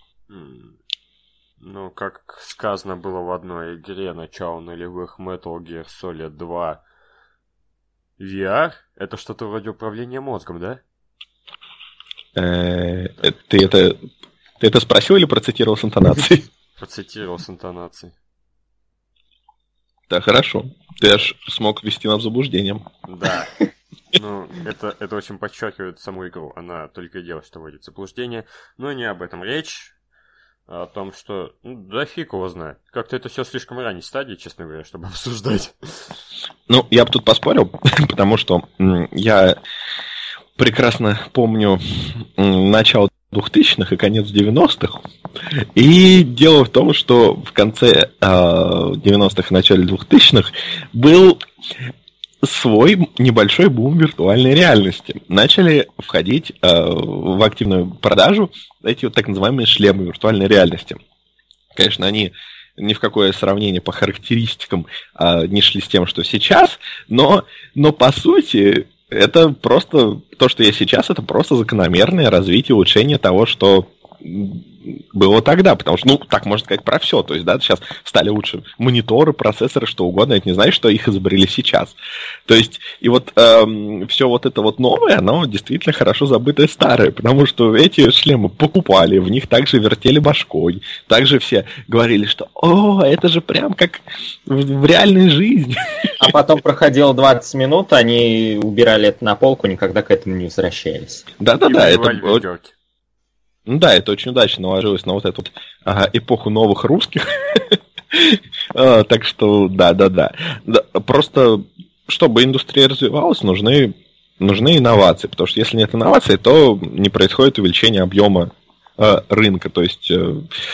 Ну, как сказано было в одной игре начала нулевых Metal Gear Solid два, ви ар — это что-то вроде управления мозгом, да? Ты это, ты это спросил или процитировал с интонацией? Процитировал с интонацией. Да, хорошо. Ты аж смог ввести нас в заблуждение. Да. Ну, это, это очень подчеркивает саму игру. Она только и делает, что вводит в заблуждение. Но не об этом речь. А о том, что... Ну, да фиг его знает. Как-то это все слишком ранней стадии, честно говоря, чтобы обсуждать. Ну, я бы тут поспорил, потому что я прекрасно помню начало двухтысячных и конец девяностых. И дело в том, что в конце э, девяностых и начале двухтысячных был свой небольшой бум виртуальной реальности. Начали входить э, в активную продажу эти вот так называемые шлемы виртуальной реальности. Конечно, они ни в какое сравнение по характеристикам э, не шли с тем, что сейчас, но, но по сути... Это просто, то, что есть сейчас, это просто закономерное развитие, улучшение того, что было тогда, потому что, ну, так можно сказать про все, то есть, да, сейчас стали лучше мониторы, процессоры, что угодно, это не значит, что их изобрели сейчас. То есть, и вот эм, все вот это вот новое, оно действительно хорошо забытое старое, потому что эти шлемы покупали, в них также вертели башкой, также все говорили, что, о, это же прям как в, в реальной жизни. А потом проходило двадцать минут, они убирали это на полку, никогда к этому не возвращались. Да-да-да, это... Ну да, это очень удачно наложилось на вот эту вот, ага, эпоху новых русских. Так что, да-да-да. Просто, чтобы индустрия развивалась, нужны, нужны инновации. Потому что если нет инноваций, то не происходит увеличение объема э, рынка. То есть... Э,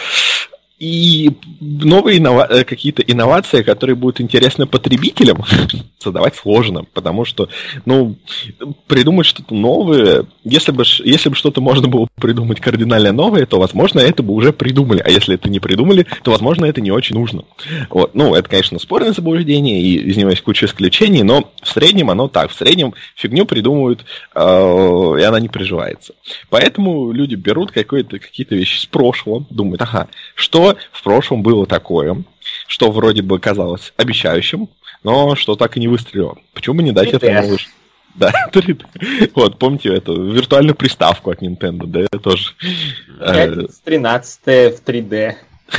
и новые иннова- какие-то инновации, которые будут интересны потребителям, создавать сложно, потому что, ну, придумать что-то новое, если бы, если бы что-то можно было придумать кардинально новое, то, возможно, это бы уже придумали, а если это не придумали, то, возможно, это не очень нужно. Вот. Ну, это, конечно, спорное заблуждение, и из него есть куча исключений, но в среднем оно так, в среднем фигню придумывают, э- и она не приживается. Поэтому люди берут какие-то, какие-то вещи с прошлого, думают, ага, что в прошлом было такое, что вроде бы казалось обещающим, но что так и не выстрелило. Почему бы не дать этому новую... Да, три дэ. Вот, помните эту виртуальную приставку от Nintendo, да, это тоже... тринадцатая в три дэ.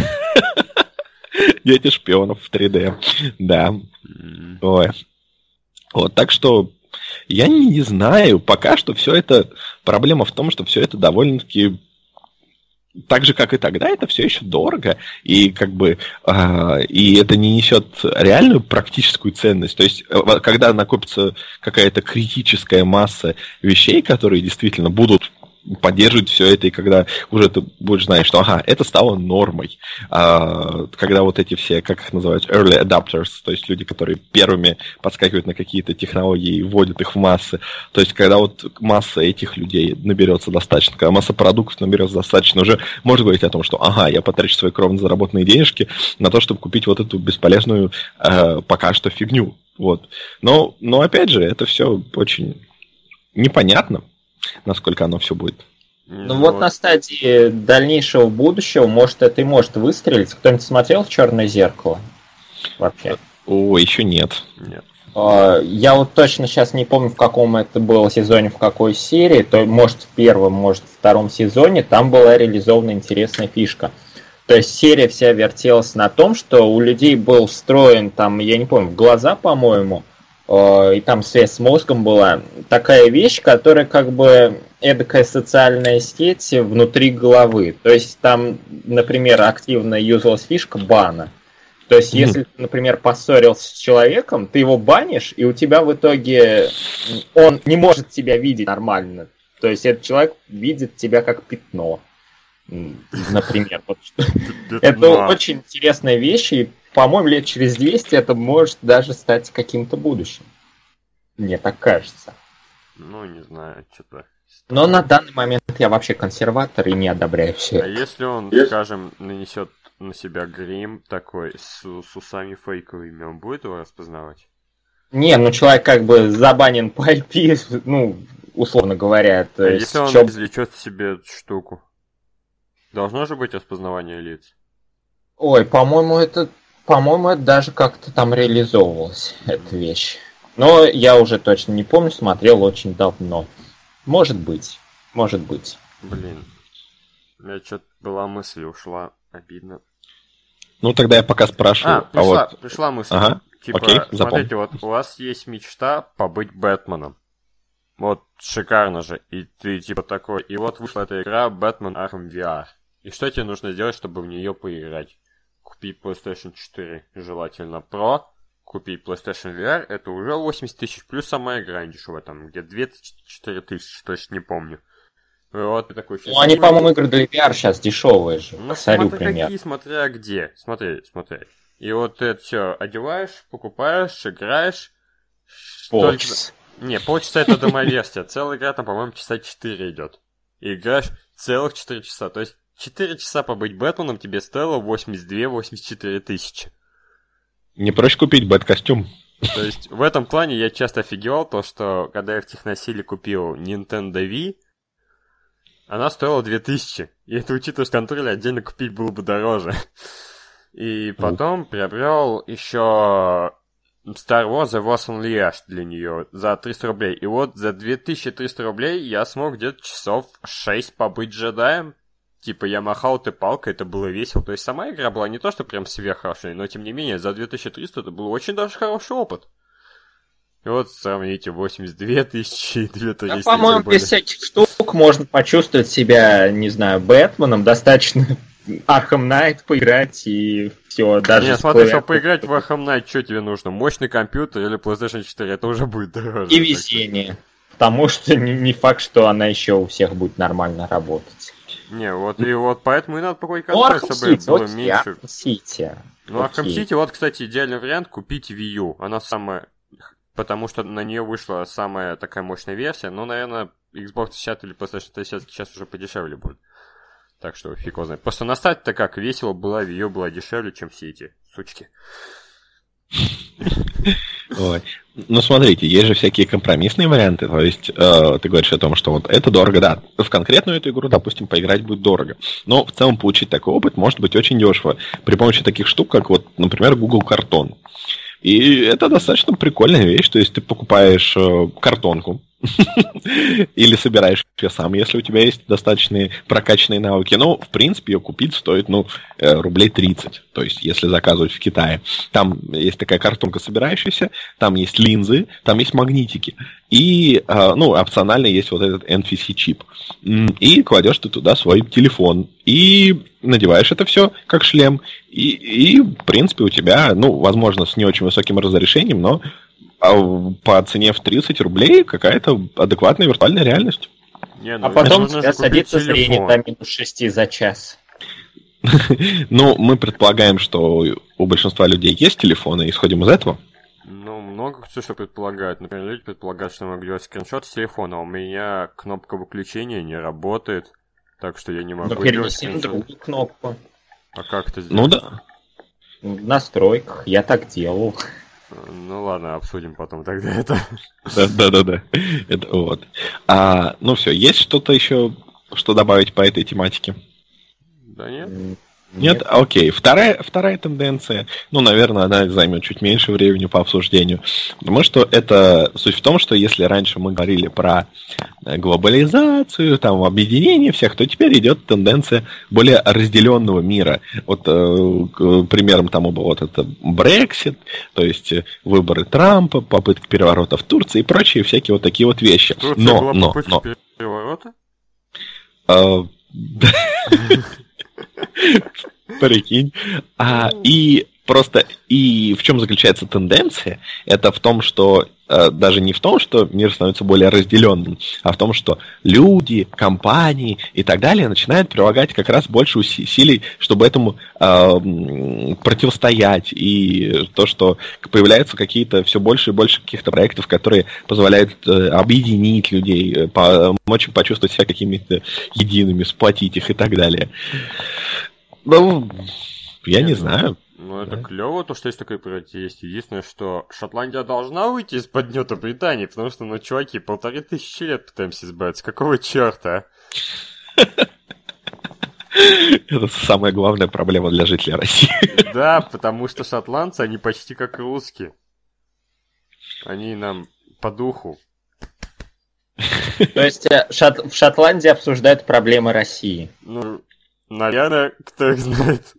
Дети шпионов в три дэ, да. Ой. Вот, так что я не знаю, пока что все это... Проблема в том, что все это довольно-таки... Так же, как и тогда, это все еще дорого, и как бы э, и это не несет реальную практическую ценность. То есть, когда накопится какая-то критическая масса вещей, которые действительно будут поддерживать все это, и когда уже ты будешь знать, что ага, это стало нормой. А, когда вот эти все, как их называют, early adopters, то есть люди, которые первыми подскакивают на какие-то технологии и вводят их в массы, то есть когда вот масса этих людей наберется достаточно, когда масса продуктов наберется достаточно, уже можно говорить о том, что ага, я потрачу свои кровно заработанные денежки на то, чтобы купить вот эту бесполезную э, пока что фигню. Вот. Но, но опять же, это все очень непонятно, насколько оно все будет. Ну вот на стадии дальнейшего будущего, может, это и может выстрелить. Кто-нибудь смотрел в «Черное зеркало»? Вообще. О, еще нет. Нет. Я вот точно сейчас не помню, в каком это было сезоне, в какой серии. То, может, в первом, может, в втором сезоне. Там была реализована интересная фишка. То есть серия вся вертелась на том, что у людей был встроен, там, я не помню, в глаза, по-моему, и там связь с мозгом была, такая вещь, которая как бы эдакая социальная сеть внутри головы. То есть там, например, активно юзалась фишка бана. То есть, если ты, например, поссорился с человеком, ты его банишь, и у тебя в итоге он не может тебя видеть нормально. То есть этот человек видит тебя как пятно. например. Это очень интересная вещь, и, по-моему, лет через двести это может даже стать каким-то будущим. Мне так кажется. Ну, не знаю, что-то... Но на данный момент я вообще консерватор и не одобряю все это. А если он, скажем, нанесет на себя грим такой с, с усами фейковыми, он будет его распознавать? Не, ну человек как бы забанен по ай пи, ну, условно говоря. То а есть, если он чё... извлечет себе эту штуку? Должно же быть распознавание лиц? Ой, по-моему, это, по-моему, это даже как-то там реализовывалась, эта вещь. Но я уже точно не помню, смотрел очень давно. Может быть, может быть. Блин, у меня что-то была мысль, ушла, обидно. Ну, тогда я пока спрашиваю. А, пришла, а вот... пришла мысль. Ага. Типа, Окей, смотрите, вот у вас есть мечта побыть Бэтменом. Вот, шикарно же. И ты типа такой, и вот вышла эта игра Batman Arkham ви ар. И что тебе нужно сделать, чтобы в нее поиграть? Купить PlayStation четыре, желательно Pro. Купить PlayStation ви ар, это уже восемьдесят тысяч, плюс сама игра дешевая, там, где две-четыре тысячи, точно не помню. Вот, ты такой... Ну, они, по-моему, игры для ви ар сейчас дешевые же, ну, царю смотри, пример. какие, смотря где. Смотри, смотри. И вот ты это все одеваешь, покупаешь, играешь. Полчаса. Только... Не, полчаса это домоверсия. Целая игра там, по-моему, часа четыре идет. И играешь целых четыре часа. То есть четыре часа побыть Бэтменом тебе стоило восемьдесят две - восемьдесят четыре тысячи. Не проще купить бэт-костюм. То есть в этом плане я часто офигевал, то что когда я в техносиле купил Nintendo Wii, она стоила две тысячи. И это учитывая, что контроль отдельно купить было бы дороже. И потом приобрел еще Star Wars The Force Unleashed для нее за триста рублей. И вот за две тысячи триста рублей я смог где-то часов шесть побыть джедаем. Типа я махал этой палкой, это было весело. То есть сама игра была не то, что прям сверххорошей, но тем не менее за две тысячи триста это был очень даже хороший опыт. И вот сравните восемьдесят две тысячи и две тысячи триста. Да, по-моему, без всяких штук можно почувствовать себя, не знаю, Бэтменом. Достаточно Arkham Knight поиграть и все. Даже не, смотри, чтобы поиграть в Arkham Knight, что тебе нужно? Мощный компьютер или PlayStation четыре? Это уже будет дороже. И везение. Потому что не, не факт, что она еще у всех будет нормально работать. Не, вот и вот поэтому и надо покупать консоль, ну, чтобы City, было окей, меньше. Arkham City. Ну, Arkham City, вот, кстати, идеальный вариант купить Wii U. Она самая... Потому что на нее вышла самая такая мощная версия. Но, наверное, Xbox шестьдесят или PlayStation тридцать сейчас уже подешевле будет. Так что фиг его знает. Просто на старте-то как весело была, Wii U была дешевле, чем все эти сучки. Ой. Ну, смотрите, есть же всякие компромиссные варианты. То есть, э, ты говоришь о том, что вот это дорого, да. В конкретную эту игру, допустим, поиграть будет дорого. Но в целом получить такой опыт может быть очень дешево. При помощи таких штук, как вот, например, Google Картон. И это достаточно прикольная вещь. То есть, ты покупаешь э, картонку. Или собираешь ее сам, если у тебя есть достаточные прокачанные навыки. Ну, в принципе, ее купить стоит, ну, рублей тридцать. То есть, если заказывать в Китае. Там есть такая картонка собирающаяся, там есть линзы, там есть магнитики. И, ну, опционально есть вот этот эн эф си-чип. И кладешь ты туда свой телефон. И надеваешь это все как шлем. И, и, в принципе, у тебя, ну, возможно, с не очень высоким разрешением, но по цене в тридцать рублей какая-то адекватная виртуальная реальность. Не, ну, а потом у тебя садится зрение до минус шести за час. Ну, мы предполагаем, что у большинства людей есть телефоны, исходим из этого. Ну, много кто что предполагает. Например, люди предполагают, что я могу делать скриншот с телефона, а у меня кнопка выключения не работает, так что я не могу да делать скриншот. Другую кнопку. А как это сделать? Ну да. В настройках я так делал. Ну ладно, обсудим потом тогда это. Да-да-да. Это вот. А, ну все, есть что-то еще, что добавить по этой тематике? Да нет. Нет? Нет? Окей. Вторая, вторая тенденция, ну, наверное, она займет чуть меньше времени по обсуждению. Потому что это суть в том, что если раньше мы говорили про глобализацию, там, объединение всех, то теперь идет тенденция более разделенного мира. Вот э, к примерам тому был вот это Brexit, то есть выборы Трампа, попытки переворота в Турции и прочие всякие вот такие вот вещи. Турция но, была но, попытка но. переворота? Прикинь. А, и Просто и в чем заключается тенденция? Это в том, что э, даже не в том, что мир становится более разделенным, а в том, что люди, компании и так далее начинают прилагать как раз больше усилий, чтобы этому э, противостоять. И то, что появляются какие-то все больше и больше каких-то проектов, которые позволяют э, объединить людей, помочь им почувствовать себя какими-то едиными, сплотить их и так далее. Ну, я не знаю. Ну, это да. Клево, то, что есть такой проект есть. Единственное, что Шотландия должна выйти из-под гнета Британии, потому что, ну, чуваки, полторы тысячи лет пытаемся избавиться. Какого черта, а? Это самая главная проблема для жителей России. Да, потому что шотландцы, они почти как русские. Они нам по духу. То есть в Шотландии обсуждают проблемы России? Ну, наверное, кто их знает.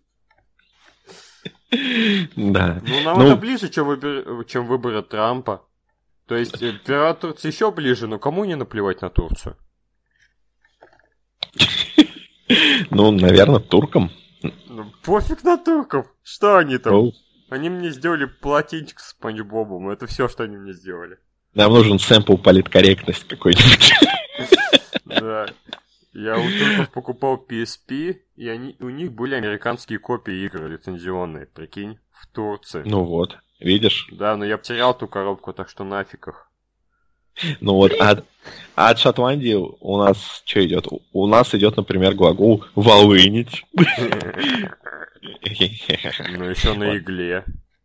Да. Ну, нам ну... это ближе, чем, выбор... чем выборы Трампа. То есть, пират Турции еще ближе, но кому не наплевать на Турцию? Ну, наверное, туркам. Ну, пофиг на турков. Что они там? Oh. Они мне сделали полотенчик с Спанч Бобом. Это все, что они мне сделали. Нам нужен сэмпл политкорректность какой-нибудь. Да. Я у турков покупал пи эс пи, и они, у них были американские копии игр лицензионные, прикинь, в Турции. Ну вот, видишь? Да, но я потерял ту коробку, так что нафиг их. Ну вот, а, а от Шотландии у нас что идет? У нас идет, например, глагол «волынить». Ну еще на игле.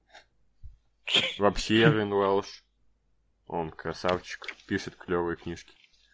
Вообще Эрвин Уэлш. Он красавчик, пишет клевые книжки.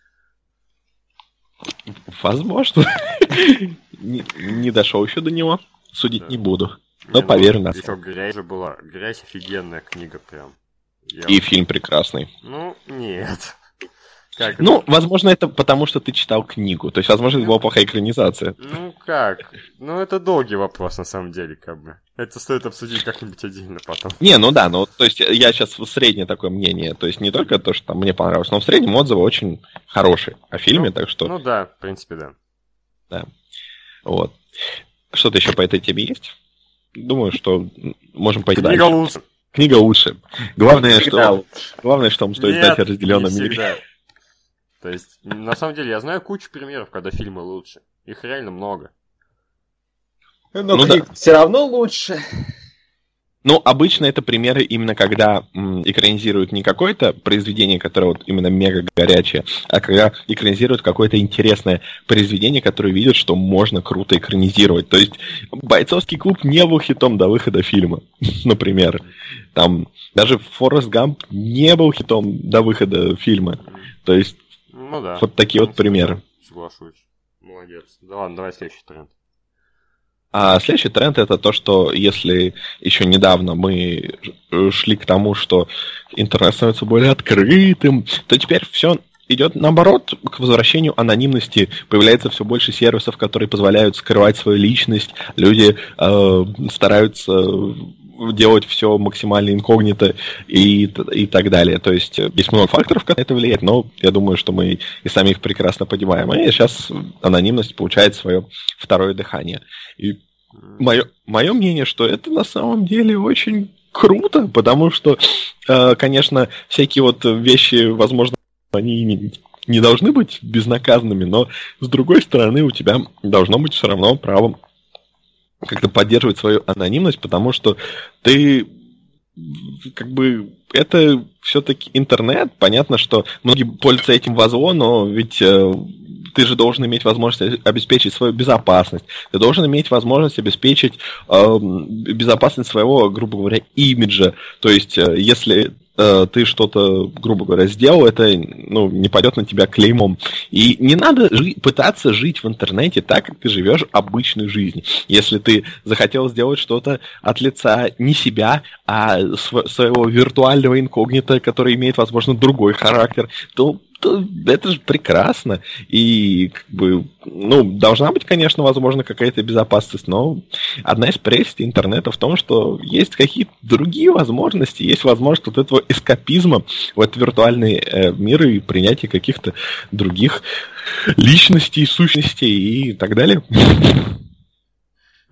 Возможно. не, не дошел еще до него. Судить да. не буду. Но не, поверю ну, нас. Еще «Грязь» же была. «Грязь» офигенная книга прям. Я И вот... фильм прекрасный. Ну, нет. Как ну, это? возможно, это потому, что ты читал книгу. То есть, возможно, это была плохая экранизация. Ну, как? Ну, это долгий вопрос, на самом деле, как бы. Это стоит обсудить как-нибудь отдельно потом. Не, ну да, ну, то есть, я сейчас среднее такое мнение. То есть, не только то, что там мне понравилось, но в среднем отзывы очень хорошие о фильме, ну, так что... Ну да, в принципе, да. Да. Вот. Что-то еще по этой теме есть? Думаю, что можем пойти Книга дальше. лучше. Книга лучше. Главное, что... Главное, что вам стоит знать о разделенном не мире. Всегда. То есть, на самом деле, я знаю кучу примеров, когда фильмы лучше. Их реально много. Но ну, книг да. все равно лучше. Ну, обычно это примеры именно когда м, экранизируют не какое-то произведение, которое вот именно мега горячее, а когда экранизируют какое-то интересное произведение, которое видят, что можно круто экранизировать. То есть «Бойцовский клуб» не был хитом до выхода фильма, например. Там даже «Форрест Гамп» не был хитом до выхода фильма. То есть ну, да. вот такие ну, вот примеры. Соглашусь. Молодец. Да ладно, давай следующий тренд. А следующий тренд это то, что если еще недавно мы шли к тому, что интернет становится более открытым, то теперь все идет наоборот к возвращению анонимности. Появляется все больше сервисов, которые позволяют скрывать свою личность. Люди э, стараются делать все максимально инкогнито и, и так далее. То есть есть много факторов, которые это влияет, но я думаю, что мы и сами их прекрасно понимаем. И сейчас анонимность получает свое второе дыхание. И мое, мое мнение, что это на самом деле очень круто, потому что, э, конечно, всякие вот вещи, возможно, они не, не должны быть безнаказанными, но с другой стороны у тебя должно быть все равно право как-то поддерживать свою анонимность, потому что ты как бы это все-таки интернет. Понятно, что многие пользуются этим во зло, но ведь э, ты же должен иметь возможность обеспечить свою безопасность. Ты должен иметь возможность обеспечить э, безопасность своего, грубо говоря, имиджа. То есть, э, если э, ты что-то, грубо говоря, сделал, это ну, не пойдет на тебя клеймом. И не надо жи- пытаться жить в интернете так, как ты живешь обычную жизнь. Если ты захотел сделать что-то от лица не себя, а св- своего виртуального инкогнито, который имеет, возможно, другой характер, то то это же прекрасно. И, как бы, ну, должна быть, конечно, возможно, какая-то безопасность, но одна из прелестей интернета в том, что есть какие-то другие возможности, есть возможность вот этого эскапизма в этот виртуальный э, мир и принятия каких-то других личностей, сущностей и так далее.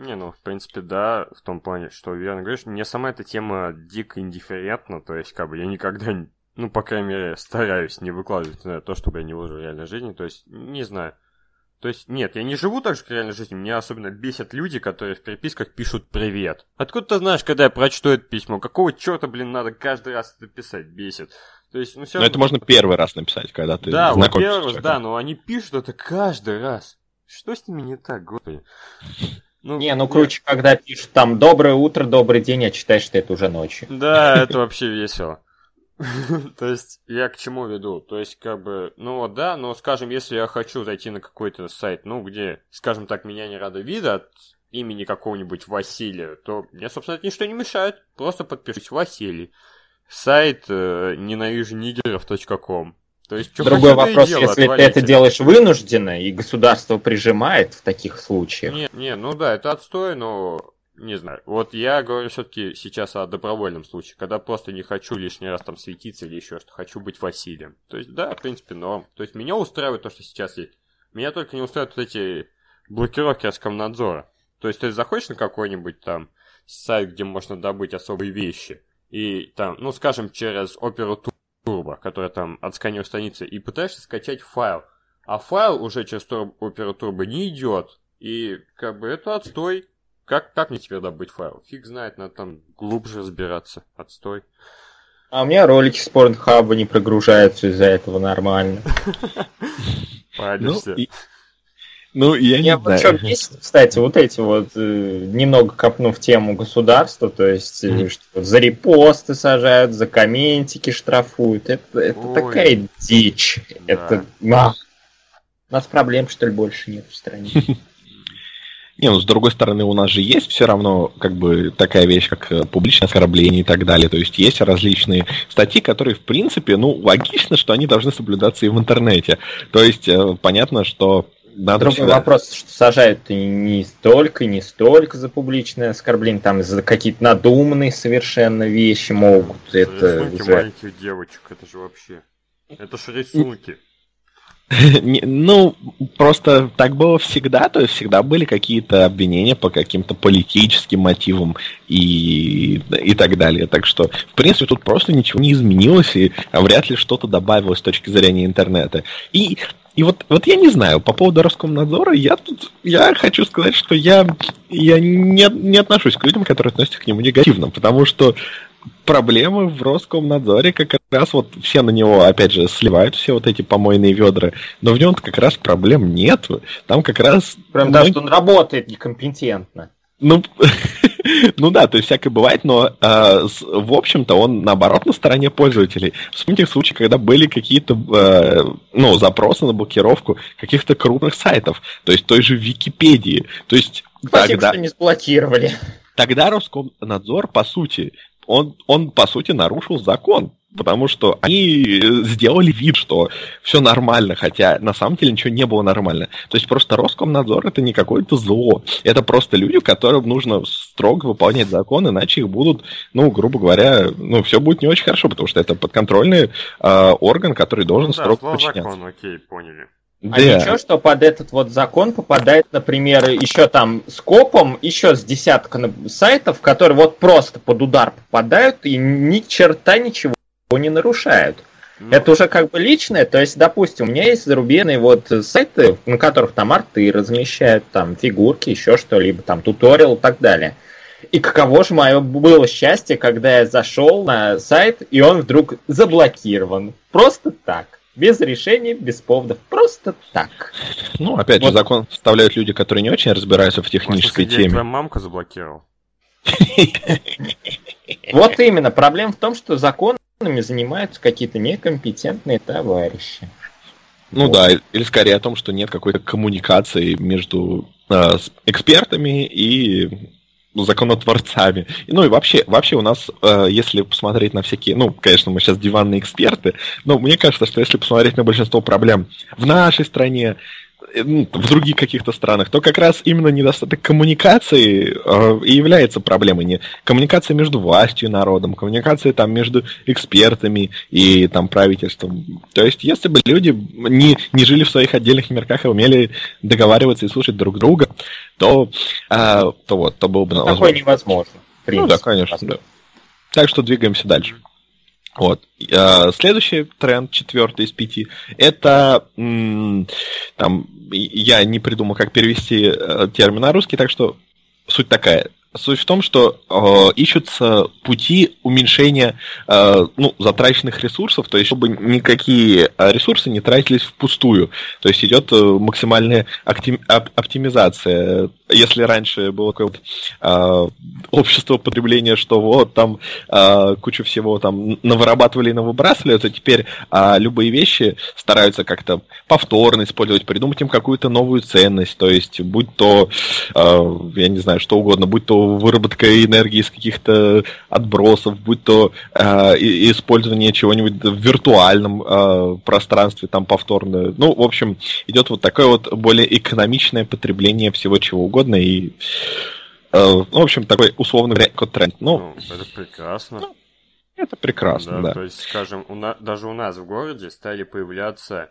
Не, ну, в принципе, да, в том плане, что верно говоришь. Мне сама эта тема дико индифферентна, то есть, как бы, я никогда, ну, по крайней мере, стараюсь не выкладывать на то, чтобы я не выложил в реальной жизни, то есть, не знаю. То есть, нет, я не живу так же, как в реальной жизни, меня особенно бесят люди, которые в переписках пишут «привет». Откуда ты знаешь, когда я прочту это письмо? Какого черта, блин, надо каждый раз это писать? Бесит. То есть, ну, все Но равно... это можно первый раз написать, когда ты да, знакомишься. Да, первый раз, да, но они пишут это каждый раз. Что с ними не так, господи? Ну, не, ну круче, я... когда пишут там «доброе утро», «добрый день», а читаешь, что это уже ночью. Да, это вообще весело. То есть, я к чему веду? То есть, как бы, ну да, но, скажем, если я хочу зайти на какой-то сайт, ну, где, скажем так, меня не рада вида от имени какого-нибудь Василия, то мне, собственно, это ничто не мешает. Просто подпишусь Василий. Сайт э, ненавижу нигеров точка ком. То есть, что другой вопрос, дело, если отвалите. Ты это делаешь вынужденно, и государство прижимает в таких случаях. Не, не, ну да, это отстой, но не знаю. Вот я говорю все-таки сейчас о добровольном случае, когда просто не хочу лишний раз там светиться или еще что, хочу быть Василием. То есть, да, в принципе, норм. То есть, меня устраивает то, что сейчас есть. Меня только не устраивают вот эти блокировки Роскомнадзора. То есть, ты заходишь на какой-нибудь там сайт, где можно добыть особые вещи, и там, ну, скажем, через Opera Turbo, которая там отсканирует страницы, и пытаешься скачать файл. А файл уже через Opera Turbo не идет. И как бы это отстой. Как, как мне теперь добыть файл? Фиг знает, надо там глубже разбираться. Отстой. А у меня ролики с Порнхаба не прогружаются из-за этого нормально. Паришься. Ну, я не знаю. Что бесит, кстати, вот эти вот, э, немного копну в тему государства, то есть, mm-hmm. что вот за репосты сажают, за комментики штрафуют. Это, это такая дичь. Да. Это... А, у нас проблем, что ли, больше нет в стране. Не, ну, с другой стороны, у нас же есть все равно, как бы, такая вещь, как публичное оскорбление и так далее. То есть, есть различные статьи, которые, в принципе, ну, логично, что они должны соблюдаться и в интернете. То есть, понятно, что надо Другой всегда... вопрос, что сажают не столько, не столько за публичное оскорбление, там за какие-то надуманные совершенно вещи могут. За это рисунки уже... маленьких девочек, это же вообще... Это же рисунки. Ну, просто так было всегда, то есть всегда были какие-то обвинения по каким-то политическим мотивам и, и так далее. Так что, в принципе, тут просто ничего не изменилось, и вряд ли что-то добавилось с точки зрения интернета. И, и вот, вот я не знаю, по поводу Роскомнадзора, я тут я хочу сказать, что я, я не, не отношусь к людям, которые относятся к нему негативно, потому что проблемы в Роскомнадзоре как раз вот все на него, опять же, сливают все вот эти помойные ведра, но в нем как раз проблем нет. Там как раз... Прям да, что он работает некомпетентно. Ну, ну да, то есть всякое бывает, но э, с, в общем-то он наоборот на стороне пользователей. Вспомните случаи, когда были какие-то э, ну, запросы на блокировку каких-то крупных сайтов, то есть той же Википедии. То есть спасибо, тогда... что не сблокировали. Тогда Роскомнадзор, по сути, он, он, по сути, нарушил закон, потому что они сделали вид, что все нормально, хотя на самом деле ничего не было нормально. То есть просто Роскомнадзор — это не какое-то зло, это просто люди, которым нужно строго выполнять закон, иначе их будут, ну, грубо говоря, ну, все будет не очень хорошо, потому что это подконтрольный э, орган, который должен ну, строго да, подчиняться. Закон, окей, поняли. А да. Ничего, что под этот вот закон попадает, например, еще там скопом, еще с десятка сайтов, которые вот просто под удар попадают и ни черта ничего не нарушают. Ну. Это уже как бы личное, то есть, допустим, у меня есть зарубежные вот сайты, на которых там арты размещают, там фигурки, еще что-либо, там туториал и так далее. И каково же мое было счастье, когда я зашел на сайт, и он вдруг заблокирован. Просто так. Без решения, без поводов, просто так. Ну, опять вот. же, закон вставляют люди, которые не очень разбираются в технической Может, теме. Твоя мамка заблокировал. Вот именно. Проблема в том, что законами занимаются какие-то некомпетентные товарищи. Ну да, или скорее о том, что нет какой-то коммуникации между э, экспертами и законотворцами. Ну и вообще, вообще у нас, э, если посмотреть на всякие, ну, конечно, мы сейчас диванные эксперты, но мне кажется, что если посмотреть на большинство проблем в нашей стране, в других каких-то странах, то как раз именно недостаток коммуникации э, и является проблемой. Не коммуникация между властью и народом, коммуникация там между экспертами и там правительством. То есть, если бы люди не, не жили в своих отдельных мирках и умели договариваться и слушать друг друга, то, э, то вот, то было бы ну, такое невозможно. Ну да, конечно, да. Так что двигаемся дальше. Вот. Следующий тренд, четвертый из пяти, это м- там, я не придумал, как перевести термин на русский, так что суть такая. Суть в том, что э, ищутся пути уменьшения э, ну, затраченных ресурсов, то есть чтобы никакие ресурсы не тратились впустую. То есть идет максимальная актив, оптимизация. Если раньше было какое-то э, общество потребления, что вот там э, кучу всего там навырабатывали и навыбрасывали, то теперь э, любые вещи стараются как-то повторно использовать, придумать им какую-то новую ценность. То есть будь то, э, я не знаю, что угодно, будь то выработка энергии из каких-то отбросов, будь то э, использование чего-нибудь в виртуальном э, пространстве, там повторно. Ну, в общем, идет вот такое вот более экономичное потребление всего чего угодно и, э, ну, в общем, такой условный тренд. Ну, ну, это прекрасно. Ну, это прекрасно, да, да. То есть, скажем, у на... даже у нас в городе стали появляться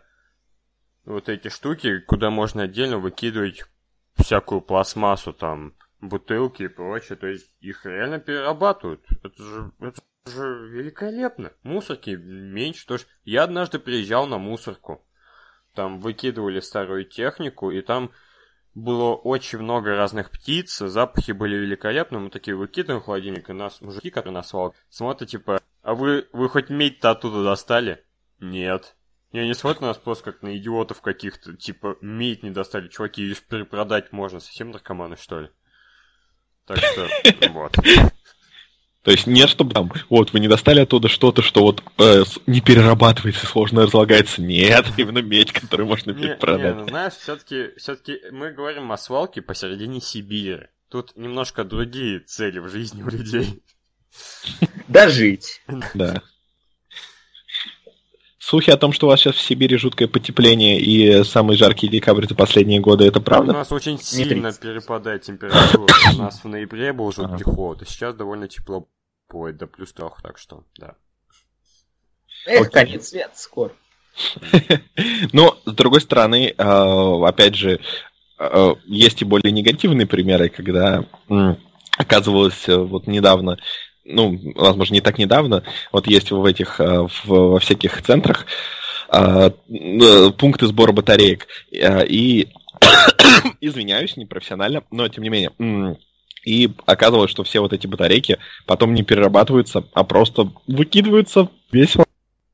вот эти штуки, куда можно отдельно выкидывать всякую пластмассу, там, бутылки и прочее, то есть их реально перерабатывают. Это же, это же великолепно. Мусорки меньше, то есть я однажды приезжал на мусорку, там выкидывали старую технику, и там было очень много разных птиц, запахи были великолепны, мы такие выкидываем в холодильник, и нас мужики, которые на свалке, смотрят, типа, а вы, вы хоть медь-то оттуда достали? Нет. И они смотрят на нас просто как на идиотов каких-то, типа, медь не достали, чуваки, ее перепродать можно, совсем наркоманы, что ли? Так что, вот. То есть нет, чтобы там, вот, вы не достали оттуда что-то, что вот э, не перерабатывается, сложно разлагается. Нет, именно медь, которую можно не, перепродать. Не, ну знаешь, все-таки, все-таки мы говорим о свалке посередине Сибири. Тут немножко другие цели в жизни у людей. Дожить. Да. Слухи о том, что у вас сейчас в Сибири жуткое потепление и самый жаркий декабрь за последние годы, это правда? У нас очень сильно перепадает температура. У нас в ноябре был жуткий ага. холод, и сейчас довольно тепло, вплоть до плюс трех, так что, да. Эх, Окей. Конец света скоро. Но, с другой стороны, опять же, есть и более негативные примеры, когда оказывалось вот недавно, ну, возможно, не так недавно, вот есть в этих, в, во всяких центрах э, пункты сбора батареек. И, извиняюсь, непрофессионально, но тем не менее. И оказывалось, что все вот эти батарейки потом не перерабатываются, а просто выкидываются весело.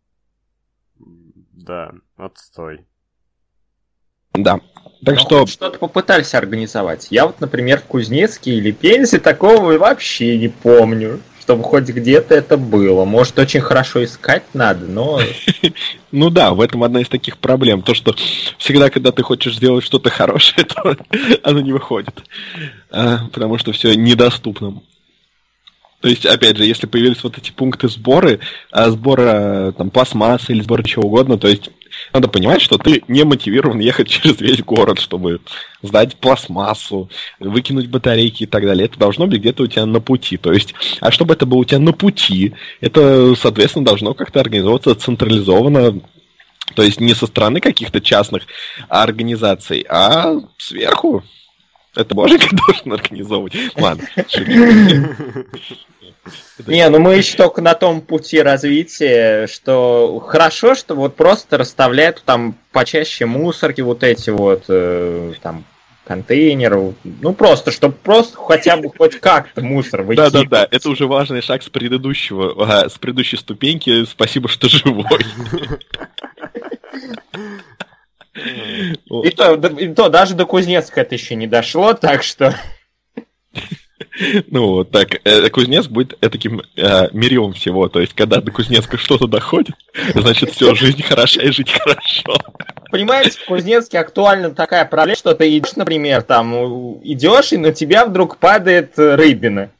Да, отстой. Да. Так Но что... что-то попытались организовать. Я вот, например, в Кузнецке или Пензе такого вообще не помню, чтобы хоть где-то это было. Может, очень хорошо искать надо, но... Ну да, в этом одна из таких проблем. То, что всегда, когда ты хочешь сделать что-то хорошее, то оно не выходит. Потому что все недоступно. То есть, опять же, если появились вот эти пункты сбора, сбора там, пластмассы или сбора чего угодно, то есть надо понимать, что ты не мотивирован ехать через весь город, чтобы сдать пластмассу, выкинуть батарейки и так далее. Это должно быть где-то у тебя на пути. То есть, а чтобы это было у тебя на пути, это, соответственно, должно как-то организовываться централизованно, то есть не со стороны каких-то частных организаций, а сверху. Это Боженька должен организовывать. Ладно. Не, ну мы еще только на том пути развития, что хорошо, что вот просто расставляют там почаще мусорки, вот эти вот э, там контейнеры, ну просто, чтобы просто хотя бы хоть как-то мусор выкидывать. Да-да-да, это уже важный шаг с предыдущего, ага, с предыдущей ступеньки. Спасибо, что живой. И то, и то даже до Кузнецка это еще не дошло, так что... Ну, вот так, Кузнецк будет таким э, мирьем всего, то есть, когда до Кузнецка что-то доходит, значит, все, жизнь хороша и жить хорошо. Понимаете, в Кузнецке актуальна такая проблема, что ты идешь, например, там, идешь, и на тебя вдруг падает рыбина.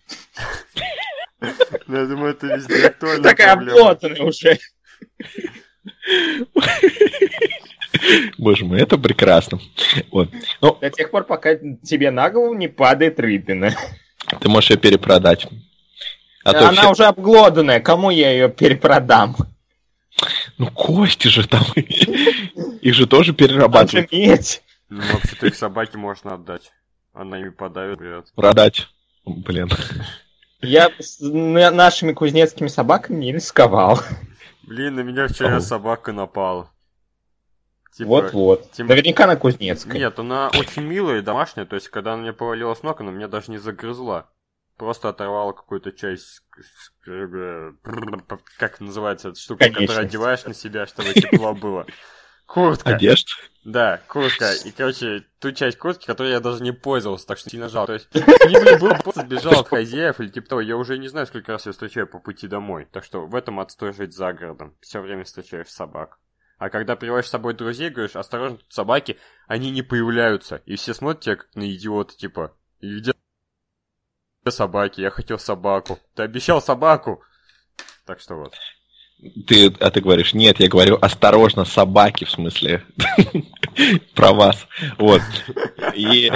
Я думаю, это везде актуальна такая обмотанная уже. Боже мой, это прекрасно. Вот. Ну, до тех пор, пока тебе на голову не падает рыбина. Ты можешь ее перепродать. А Она все... уже обглоданная, кому я ее перепродам? Ну, кости же там. Их же тоже перерабатывают. Там же медь. Ну, вообще-то их собаке можно отдать. Она ими подавит, говорят. Продать. Блин. Я с нашими кузнецкими собаками не рисковал. Блин, на меня вчера О. собака напала. Типа, вот-вот. Тем... Наверняка на кузнецкой. Нет, она очень милая и домашняя. То есть, когда она меня повалила с ног, она меня даже не загрызла. Просто оторвала какую-то часть... Как называется эта штука, которую одеваешь на себя, чтобы тепло было. Куртка. Одежда? Да, куртка. И, короче, ту часть куртки, которой я даже не пользовался, так что сильно жал. То есть, не блин, был просто сбежал от хозяев или типа того. Я уже не знаю, сколько раз я встречаю по пути домой. Так что в этом отстой жить за городом. Все время встречаешь собак. А когда приводишь с собой друзей, говоришь, осторожно, тут собаки, они не появляются. И все смотрят тебя как на идиота, типа, где собаки? Я хотел собаку. Ты обещал собаку. Так что вот. Ты, а ты говоришь, нет, я говорю, осторожно, собаки, в смысле, про вас, вот, и,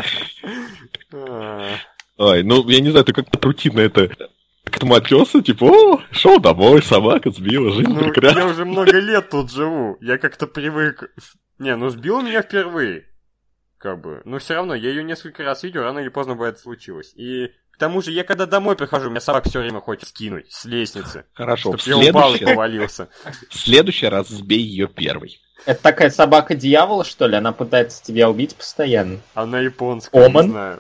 ой, ну, я не знаю, ты как-то рутинно это, к этому отнесся, типа, о, шел домой, собака сбила, жизнь ну, прекрасна. Я уже много лет тут живу, я как-то привык, не, ну, сбила меня впервые, как бы, но все равно, я ее несколько раз видел, рано или поздно бы это случилось, и... К тому же, я когда домой прихожу, меня собака все время хочет скинуть с лестницы. Хорошо, чтоб я упал и повалился. В следующий раз сбей ее первой. Это такая собака-дьявол, что ли? Она пытается тебя убить постоянно? Она японская, Оман? не знаю.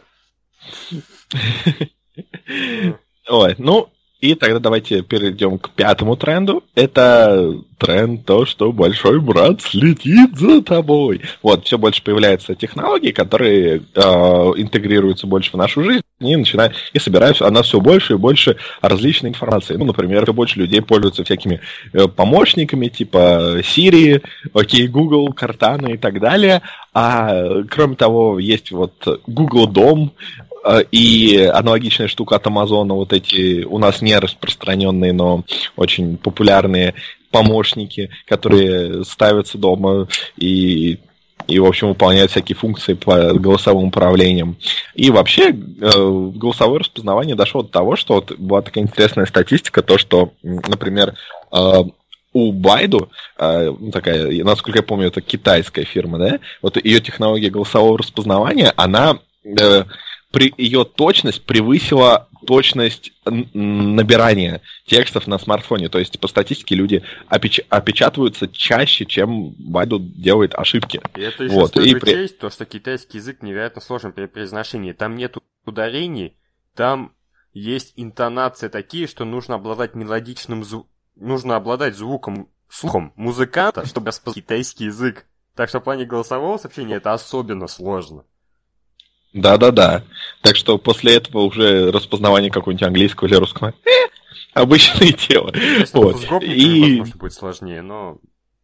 Ой, ну... И тогда давайте перейдем к пятому тренду. Это тренд то, что большой брат следит за тобой. Вот, все больше появляется технологий, которые э, интегрируются больше в нашу жизнь и начинают, и собираются она все больше и больше различной информации. Ну, например, все больше людей пользуются всякими э, помощниками, типа Siri, окей, Google, Cortana и так далее. А кроме того, есть вот Google Дом, и аналогичная штука от Амазона, вот эти у нас не распространенные, но очень популярные помощники, которые ставятся дома и, и в общем, выполняют всякие функции по голосовым управлениям. И вообще голосовое распознавание дошло до того, что вот была такая интересная статистика, то, что, например, у Байду, такая, насколько я помню, это китайская фирма, да, вот ее технология голосового распознавания, она... При, ее точность превысила точность набирания текстов на смартфоне. То есть, по статистике, люди опеч, опечатываются чаще, чем Байду делает ошибки. И это еще вот. стоит и учесть, при... то, что китайский язык невероятно сложен при произношении. Там нет ударений, там есть интонации такие, что нужно обладать мелодичным звуком, нужно обладать звуком, слухом музыканта, чтобы распознать китайский язык. Так что в плане голосового сообщения это особенно сложно. Да-да-да. Так что после этого уже распознавание какого-нибудь английского или русского э, обычное дело. Вот. И... Возможно, будет сложнее, но...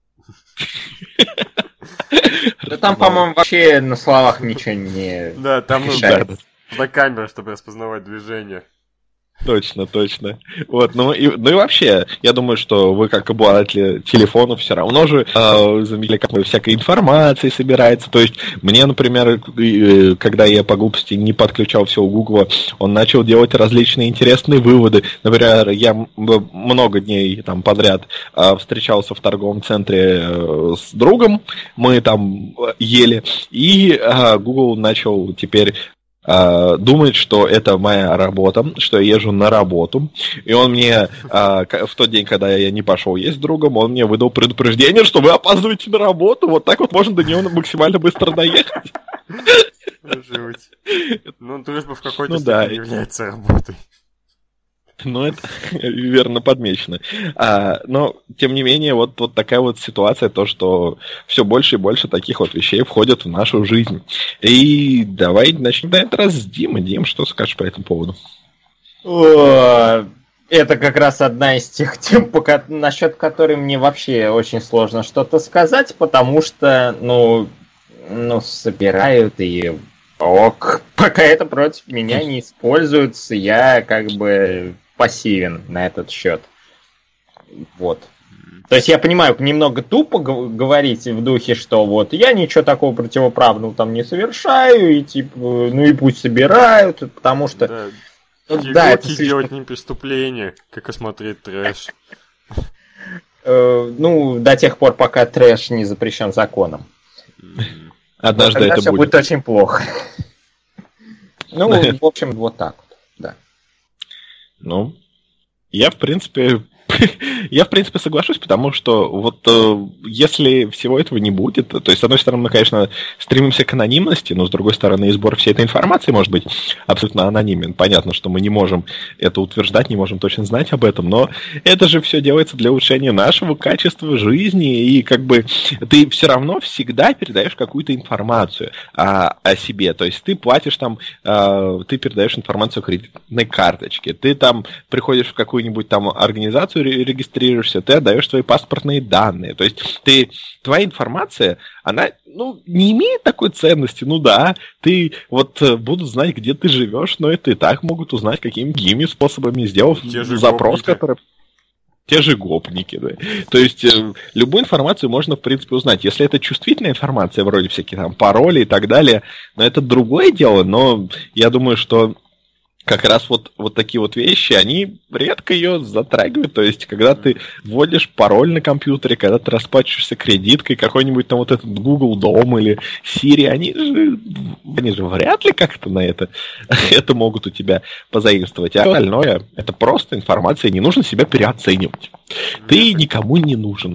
Да там, по-моему, вообще на словах ничего не... Да, там нужна камера, чтобы распознавать движение. Точно, точно. Вот, ну и, ну и вообще, я думаю, что вы, как обладатели телефона, все равно же э, заметили, как всякой информации собирается. То есть, мне, например, э, когда я по глупости не подключал все у Гугла, он начал делать различные интересные выводы. Например, я много дней там подряд э, встречался в торговом центре э, с другом, мы там ели, и э, Google начал теперь думает, что это моя работа, что я езжу на работу, и он мне в тот день, когда я не пошел есть с другом, он мне выдал предупреждение, что вы опаздываете на работу, вот так вот можно до него максимально быстро доехать. Жуть. Ну, дружба в какой-то степени является работой. Ну, это верно подмечено. А, но, тем не менее, вот, вот такая вот ситуация, то, что все больше и больше таких вот вещей входят в нашу жизнь. И давай начнем на этот раз с Димы. Дим, что скажешь по этому поводу? О, это как раз одна из тех тем, насчет которой мне вообще очень сложно что-то сказать, потому что, ну, ну собирают и... Ок, пока это против меня не используется, я как бы пассивен на этот счет. Вот. То есть я понимаю, немного тупо говорить в духе, что вот я ничего такого противоправного там не совершаю, и типа, ну и пусть собирают, потому что... Да, ну, да это слишком... делать не преступление, как и смотреть трэш. Ну, до тех пор, пока трэш не запрещен законом. Однажды это все будет очень плохо. Ну, в общем, вот так вот, да. Ну, я, в принципе, я, в принципе, соглашусь, потому что вот э, если всего этого не будет, то есть, с одной стороны, мы, конечно, стремимся к анонимности, но, с другой стороны, и сбор всей этой информации может быть абсолютно анонимен. Понятно, что мы не можем это утверждать, не можем точно знать об этом, но это же все делается для улучшения нашего качества жизни, и как бы ты все равно всегда передаешь какую-то информацию о, о себе. То есть ты платишь там, э, ты передаешь информацию о кредитной карточке, ты там приходишь в какую-нибудь там организацию, регистрируешься, ты отдаешь свои паспортные данные. То есть ты, твоя информация, она, ну, не имеет такой ценности. Ну да, ты вот будут знать, где ты живешь, но это и так могут узнать какими-то способами, сделав запрос, который... Те же гопники, да. То есть э, любую информацию можно, в принципе, узнать. Если это чувствительная информация, вроде всякие там пароли и так далее, но это другое дело, но я думаю, что как раз вот, вот такие вот вещи, они редко ее затрагивают. То есть, когда ты вводишь пароль на компьютере, когда ты расплачиваешься кредиткой, какой-нибудь там вот этот Google Дом или Siri, они же, они же вряд ли как-то на это, это могут у тебя позаимствовать. А остальное, это просто информация, не нужно себя переоценивать. Ты никому не нужен.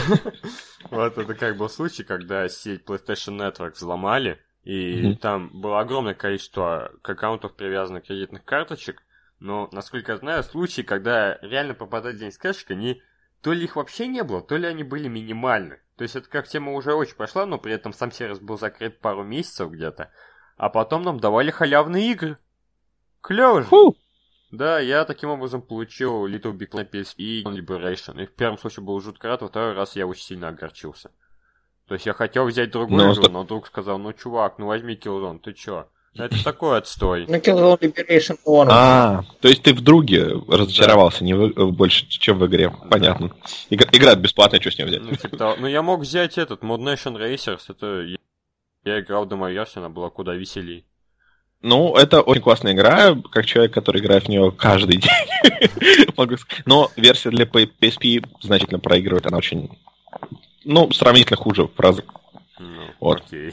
Вот это как был случай, когда сеть PlayStation Network взломали, и mm-hmm. там было огромное количество к аккаунтов привязанных кредитных карточек, но, насколько я знаю, случаи, когда реально попадать деньги с карточек, они то ли их вообще не было, то ли они были минимальны. То есть это как тема уже очень пошла, но при этом сам сервис был закрыт пару месяцев где-то, а потом нам давали халявные игры. Клёво же! Фу. Да, я таким образом получил Little Big Planet пи эс пи и Liberation, и в первом случае был жутко рад, во второй раз я очень сильно огорчился. То есть я хотел взять другую но, игру, что... но друг сказал, ну, чувак, ну возьми Killzone, ты чё? Это такой отстой. Ну, Killzone Liberation он. А, то есть ты в друге разочаровался, да. не в, больше, чем в игре. Да. Понятно. Игра, игра бесплатная, что с нее взять? Ну, типа того. Ну, я мог взять этот, Mod Nation Racers, это... Я играл до моей версии, она была куда веселей. Ну, это очень классная игра, как человек, который играет в нее каждый день. Могу сказать. Но версия для пи эс пи значительно проигрывает, она очень... Ну, сравнительно хуже в разы. Ну, вот. Окей.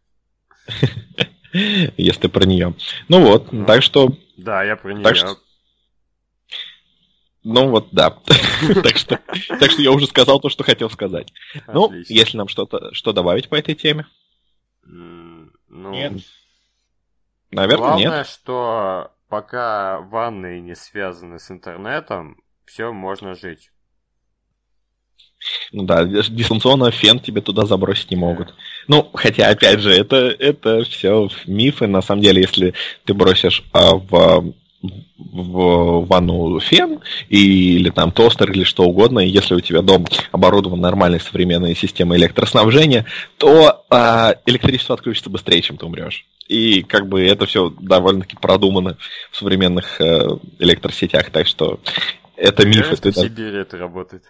Если про нее. Ну вот, ну, так что... Да, я про нее. Так что... Ну вот, да. так, что, так что я уже сказал то, что хотел сказать. Отлично. Ну, если нам что-то что добавить по этой теме? Mm, ну... Нет. Наверное, Главное, нет. Главное, что пока ванны не связаны с интернетом, все можно жить. Ну да, дистанционно фен тебе туда забросить не могут. Ну, хотя, опять же, это, это все мифы. На самом деле, если ты бросишь а, в, в ванну фен или там тостер или что угодно, и если у тебя дом оборудован нормальной современной системой электроснабжения, то а, электричество отключится быстрее, чем ты умрешь. И как бы это все довольно-таки продумано в современных э, электросетях, так что это мифы. В Сибири это работает.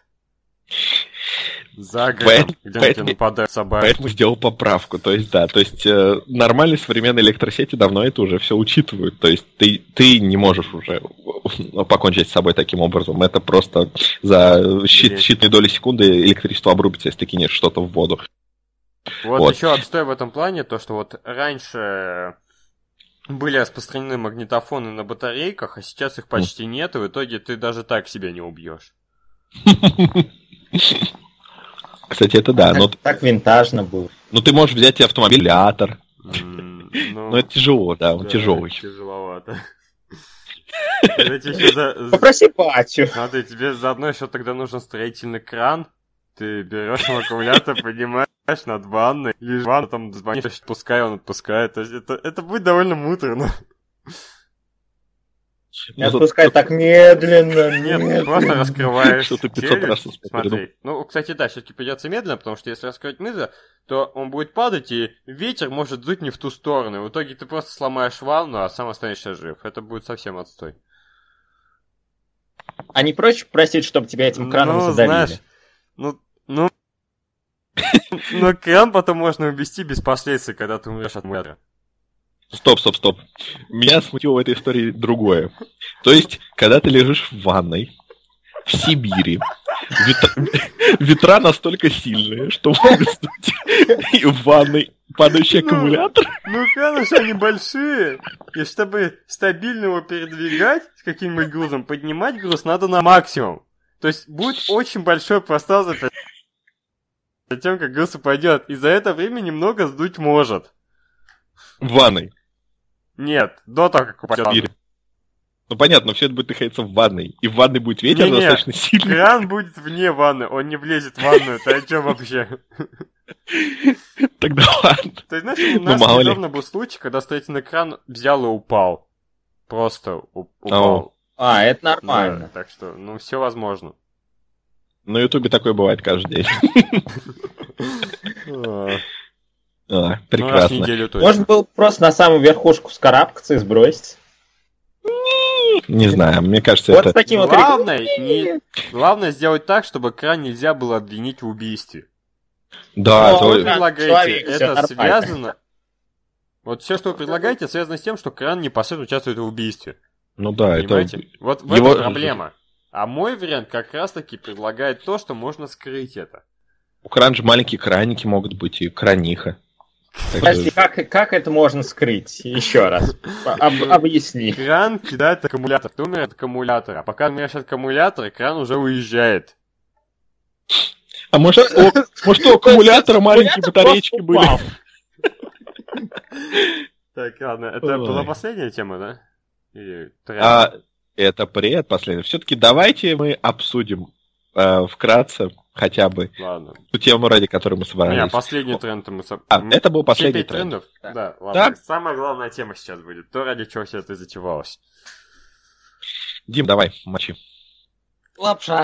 За городом, где на тебя нападают собаки. Поэтому сделал поправку. То есть, да, то есть э, нормальные современные электросети давно это уже все учитывают. То есть ты, ты не можешь уже покончить с собой таким образом. Это просто за щит, считанные доли секунды электричество обрубится, если ты кинешь что-то в воду. Вот, вот еще отстой в этом плане, то что вот раньше были распространены магнитофоны на батарейках, а сейчас их почти нет, и в итоге ты даже так себя не убьешь. Кстати, это да. Так, но... так винтажно было. Ну, ты можешь взять автомобиль-лятор. Mm, ну, но это тяжело, да, он да, тяжелый. Тяжеловато. Попроси батю. Смотри, тебе заодно еще тогда нужен строительный кран. Ты берешь аккумулятор, поднимаешь над ванной, лежишь в ванну, там звонишь, отпускай, он отпускает. То есть это, это будет довольно муторно. Не отпускай так медленно. Нет, медленно. просто раскрываешь челюсть. Смотри. Ну, кстати, да, все-таки придется медленно, потому что если раскрыть медленно, то он будет падать, и ветер может дуть не в ту сторону. В итоге ты просто сломаешь ванну, а сам останешься жив. Это будет совсем отстой. А не проще просить, чтобы тебя этим краном ну, задавили? Знаешь, Ну, ну... Но кран потом можно увести без последствий, когда ты умрешь от мэры. Стоп, стоп, стоп. Меня смутило в этой истории другое. То есть, когда ты лежишь в ванной, в Сибири, ветра, ветра настолько сильные, что могут сдуть и в ванной падающий аккумулятор. Ну, краны же они большие. И чтобы стабильно его передвигать с каким-нибудь грузом, поднимать груз надо на максимум. То есть будет очень большое пространство перед тем, как груз упадет. И за это время немного сдуть может. В ванной. Нет, до того, как упадет. Ну понятно, но все это будет находиться в ванной. И в ванной будет ветер Не-не, достаточно сильный. Кран будет вне ванны, он не влезет в ванную. Ты о чем вообще? Тогда ладно. То есть, знаешь, у нас ну, недавно был случай, когда строительный кран взял и упал. Просто упал. А, это нормально. Да, так что, ну, все возможно. На Ютубе такое бывает каждый день. А, прекрасно. Можно было просто на самую верхушку вскарабкаться и сбросить. Не знаю, мне кажется, вот это... Таким вот главное, не... главное сделать так, чтобы кран нельзя было обвинить в убийстве. Да, что то... вы предлагаете, это связано... Вот все, что вы предлагаете, связано с тем, что кран непосредственно участвует в убийстве. Ну да, понимаете? это... Вот в Его... этом проблема. А мой вариант как раз-таки предлагает то, что можно скрыть это. У крана же маленькие краники могут быть и краниха. Подожди, как, как это можно скрыть? Еще раз. Об, объясни. Кран кидает аккумулятор. Ты умер от аккумулятора. А пока умираешь от аккумулятора, кран уже уезжает. А может, о, может у аккумулятора маленькие батареечки были? Так, ладно. Это была последняя тема, да? Или а, это предпоследняя. Все-таки давайте мы обсудим э, вкратце хотя бы ладно. ту тему, ради которой мы собрались. Не, последний тренд мы... А, это был последний тренд. трендов? Да, да ладно. Да? Самая главная тема сейчас будет. То, ради чего все это затевалось. Дим, давай, мочи. Лапша.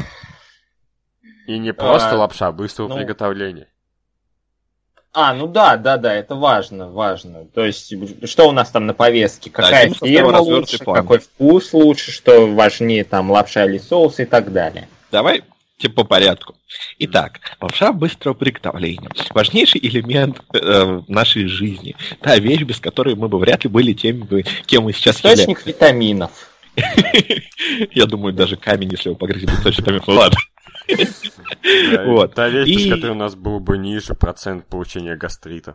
И не просто а, лапша, а быстрого ну... приготовления. А, ну да, да, да, это важно, важно. То есть, что у нас там на повестке? Какая да, фирма лучше, план. Какой вкус лучше, что важнее, там, лапша или соус и так далее. Давай, типа, по порядку. Итак, лапша быстрого приготовления. Важнейший элемент э, нашей жизни. Та вещь, без которой мы бы вряд ли были теми, кем мы сейчас являемся. Источник витаминов. Я думаю, даже камень, если его погрызть, будет источник витаминов. Ладно. Да, вот. Та вещь, и... с которой у нас был бы ниже процент получения гастрита.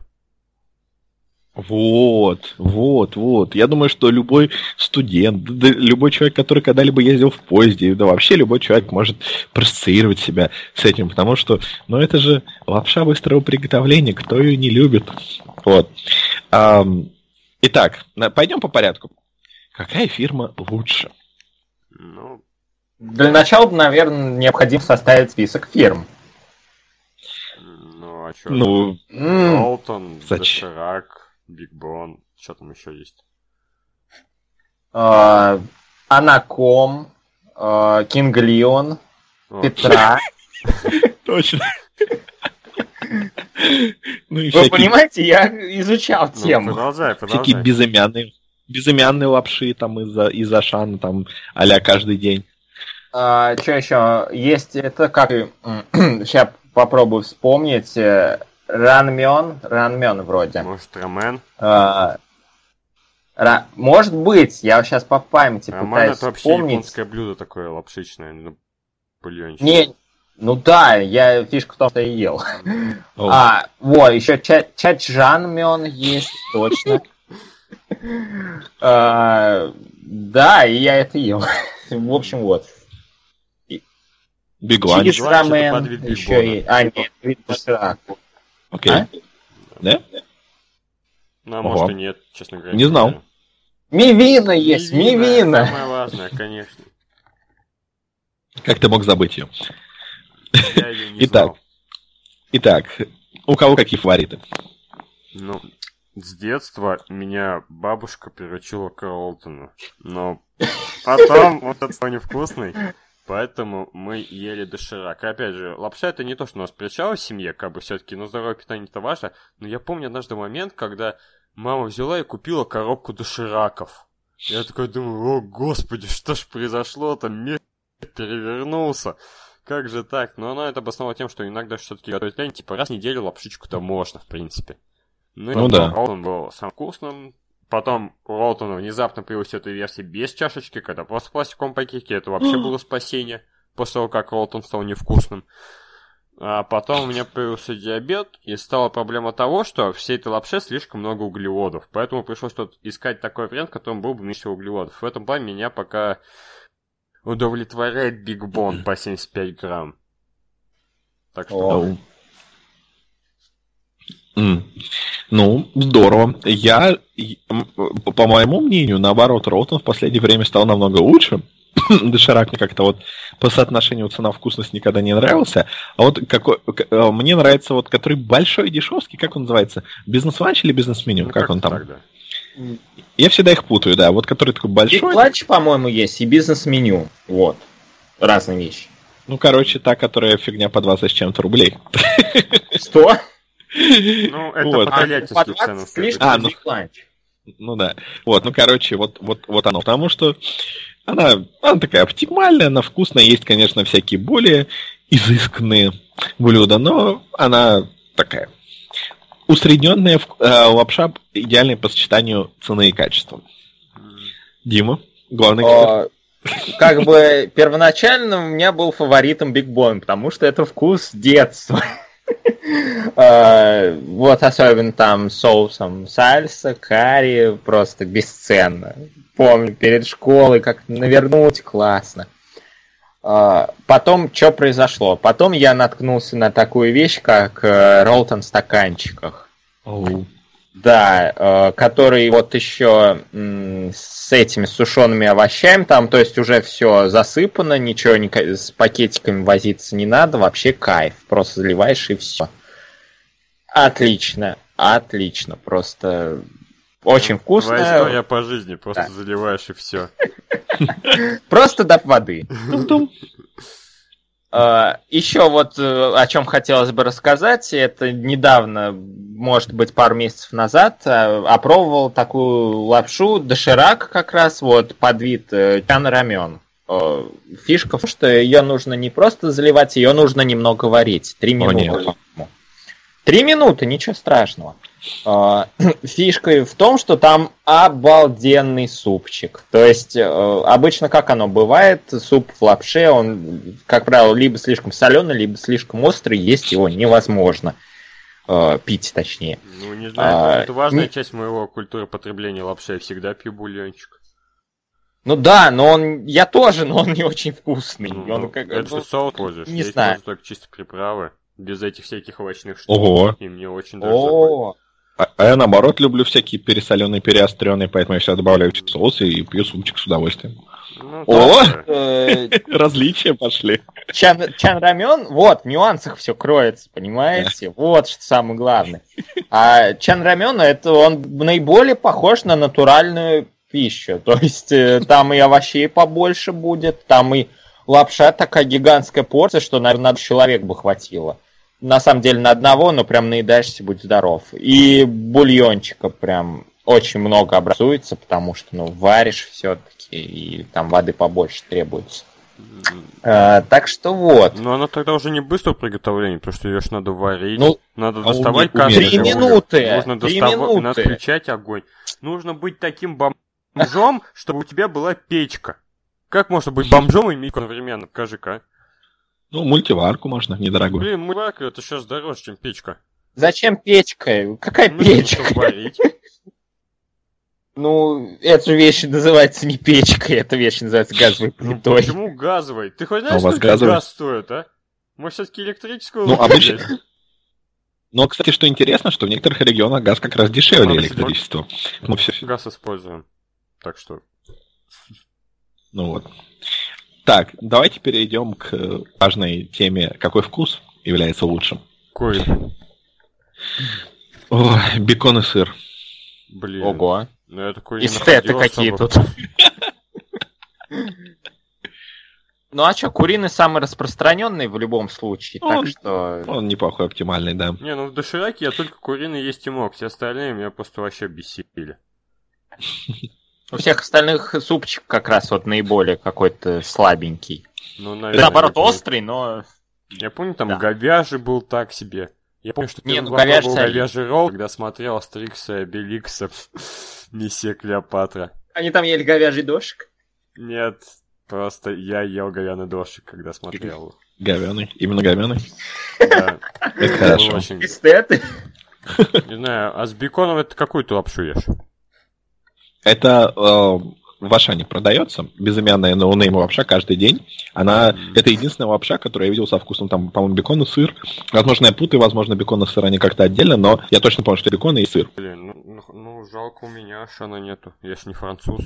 Вот, вот, вот. Я думаю, что любой студент, да, любой человек, который когда-либо ездил в поезде, да вообще любой человек может проассоциировать себя с этим, потому что, ну, это же лапша быстрого приготовления, кто ее не любит. Вот. Ам, итак, пойдем по порядку. Какая фирма лучше? Ну... Для начала, наверное, необходимо составить список фирм. Ну, а что? Ну, Ролтон, Доширак, Биг Бон, что там еще есть? Анаком, Кинг Леон, Петра. Точно. Вы понимаете, я изучал тему. Продолжай, продолжай. Такие безымянные, безымянные лапши там из-за из Ашана, там а-ля каждый день. А, что еще? Есть это как... Сейчас попробую вспомнить. Ранмён. Ранмён вроде. Может, рамен? А, ра... Может быть. Я сейчас по памяти рамен пытаюсь это вообще вспомнить. Японское блюдо такое лапшичное. Ну, бульончик. Не, ну да, я фишка в том, что я ел. Oh. А, вот, еще ча- чачжанмён есть, точно. а, да, и я это ел. В общем, вот. Бигланч. Чиз рамен еще и... А, нет, вид доширак. Окей. А? Да? Ну, а может и нет, честно говоря. Не знал. Мивина есть, мивина. Самое важное, конечно. Как ты мог забыть ее? Я ее не итак, знал. Итак, у кого какие фавориты? Ну, с детства меня бабушка приручила к Ролтону. Но потом вот этот стал невкусный. Поэтому мы ели доширак. И опять же, лапша это не то, что нас причало в семье, как бы все-таки, но здоровое питание это важно. Но я помню однажды момент, когда мама взяла и купила коробку дошираков. Я такой думаю, о господи, что ж произошло, там мир перевернулся. Как же так? Но она это обосновала тем, что иногда все-таки готовить лень, типа раз в неделю лапшичку-то можно, в принципе. Ну, ну да. Ролтон был самым вкусным. Потом у Ролтона внезапно появилась эта версия без чашечки, когда просто в пластиковом пакете. Это вообще было спасение, после того, как Ролтон стал невкусным. А потом у меня появился диабет, и стала проблема того, что в всей этой лапше слишком много углеводов. Поэтому пришлось тут искать такой вариант, в котором был бы меньше углеводов. В этом плане меня пока удовлетворяет Big Bone по семьдесят пять грамм. Так что... Mm. Ну, здорово. Я, по моему мнению, наоборот, Ролтон в последнее время стал намного лучше. Доширак мне как-то вот по соотношению цена-вкусность никогда не нравился. А вот какой, мне нравится вот, который большой дешевский, как он называется? Бизнес-ланч или бизнес-меню? Ну, как, как он там? Так, да. Я всегда их путаю, да. Вот который такой большой. Бизнес-ланч, по-моему, есть, и бизнес-меню. Вот. Разные вещи. Ну, короче, та, которая фигня по двадцать с чем-то рублей. Что? Ну, это вот. по-тольяттински цену. А, ну, ланч. Ну да. Вот, ну, короче, вот, вот, вот оно. Потому что она, она такая оптимальная, она вкусная. Есть, конечно, всякие более изысканные блюда, но она такая усредненная э, лапша, идеальная по сочетанию цены и качества. Дима, главный эксперт. Как бы первоначально у меня был фаворитом Big Bone, потому что это вкус детства. Вот особенно там соусом сальса, карри, просто бесценно. Помню, перед школой как навернуть, классно. Потом, что произошло? Потом я наткнулся на такую вещь, как Ролтон в стаканчиках. Oh. Да, который вот еще с этими сушеными овощами, там, то есть уже все засыпано, ничего не, с пакетиками возиться не надо, вообще кайф, просто заливаешь и все. Отлично, отлично, просто очень вкусно. Твоя история по жизни, просто да. Заливаешь и все. Просто до воды. Еще вот о чем хотелось бы рассказать, это недавно, может быть, пару месяцев назад опробовал такую лапшу доширак как раз, вот, под вид чан рамен. Фишка в том, что ее нужно не просто заливать, ее нужно немного варить. Три минуты. Три минуты, ничего страшного. Фишка в том, что там обалденный супчик. То есть, обычно как оно бывает, суп в лапше, он, как правило, либо слишком соленый, либо слишком острый, есть его невозможно. Пить, точнее. Ну, не знаю, а, это важная не... часть моего культуры потребления лапши. Я всегда пью бульончик. Ну да, но он, я тоже, но он не очень вкусный. Ну, он, как, это ну, соус пользуешь. Не Есть знаю. только чисто приправы, без этих всяких овощных штук. Ого. И мне очень даже О. А, а я наоборот люблю всякие пересоленые, переостренные, поэтому я всегда добавляю соус и пью супчик с удовольствием. Ну, О! Различия пошли. Чан, чан рамен, вот, в нюансах все кроется, понимаете? Вот что самое главное. А чан рамен, это он наиболее похож на натуральную пищу. То есть там и овощей побольше будет, там и лапша такая гигантская порция, что, наверное, на человек бы хватило. На самом деле на одного, но прям наедаешься, будь здоров. И бульончика прям очень много образуется, потому что, ну, варишь все-таки, и там воды побольше требуется. А, так что вот. Но она тогда уже не быстро в приготовлении, потому что ее ж надо варить, ну, надо а доставать каждый Три минуты! Нужно Три достав... минуты! Надо включать огонь. Нужно быть таким бомжом, чтобы у тебя была печка. Как можно быть бомжом и иметь одновременно? Покажи-ка. Ну, мультиварку можно, недорогую. Блин, мультиварка это сейчас дороже, чем печка. Зачем печка? Какая ну, печка? Варить. Ну, эта вещь называется не печкой, эта вещь называется газовой плитой. Ну, почему газовой? Ты хоть знаешь, а сколько газовый? Газ стоит, а? Может, все-таки электрическую? Ну, обычно... Но, кстати, что интересно, что в некоторых регионах газ как раз дешевле ну, электричества. Мы все... Газ используем. Так что... Ну вот. Так, давайте перейдем к важной теме. Какой вкус является лучшим? Какой? О, бекон и сыр. Блин. Ого. Ну, я такой не эстеты какие тут. Ну а что, куриный самый распространенный в любом случае, он, так что... Он неплохой, оптимальный, да. Не, ну в дошираке я только куриный есть и мог, все остальные меня просто вообще бесили. У всех остальных супчик как раз вот наиболее какой-то слабенький. Ну, наверное, Наоборот, я помню- острый, но... Я помню, там Да. говяжий был так себе. Я помню, что Не, первый ну, говяжий был солидный. говяжий ролл, когда смотрел Астерикса и Обеликса «Миссия Клеопатра». Они там ели говяжий дошик? Нет, просто я ел говяный дошик, когда смотрел. Говяный. Именно говяный. Да. Это Было хорошо. очень- Эстеты? Не знаю, а с беконом это какую ты лапшу ешь? Это э, в Ашане продается. Безымянная ноунейм лапша каждый день. Она... Мгм. Это единственная лапша, которую я видел со вкусом, там, по-моему, бекон и сыр. Возможно, я путаю, возможно, бекон и сыр, они как-то отдельно, но я точно помню, что бекон и сыр. Блин, ну, ну, ну, жалко у меня Ашана нету. Я ж не француз.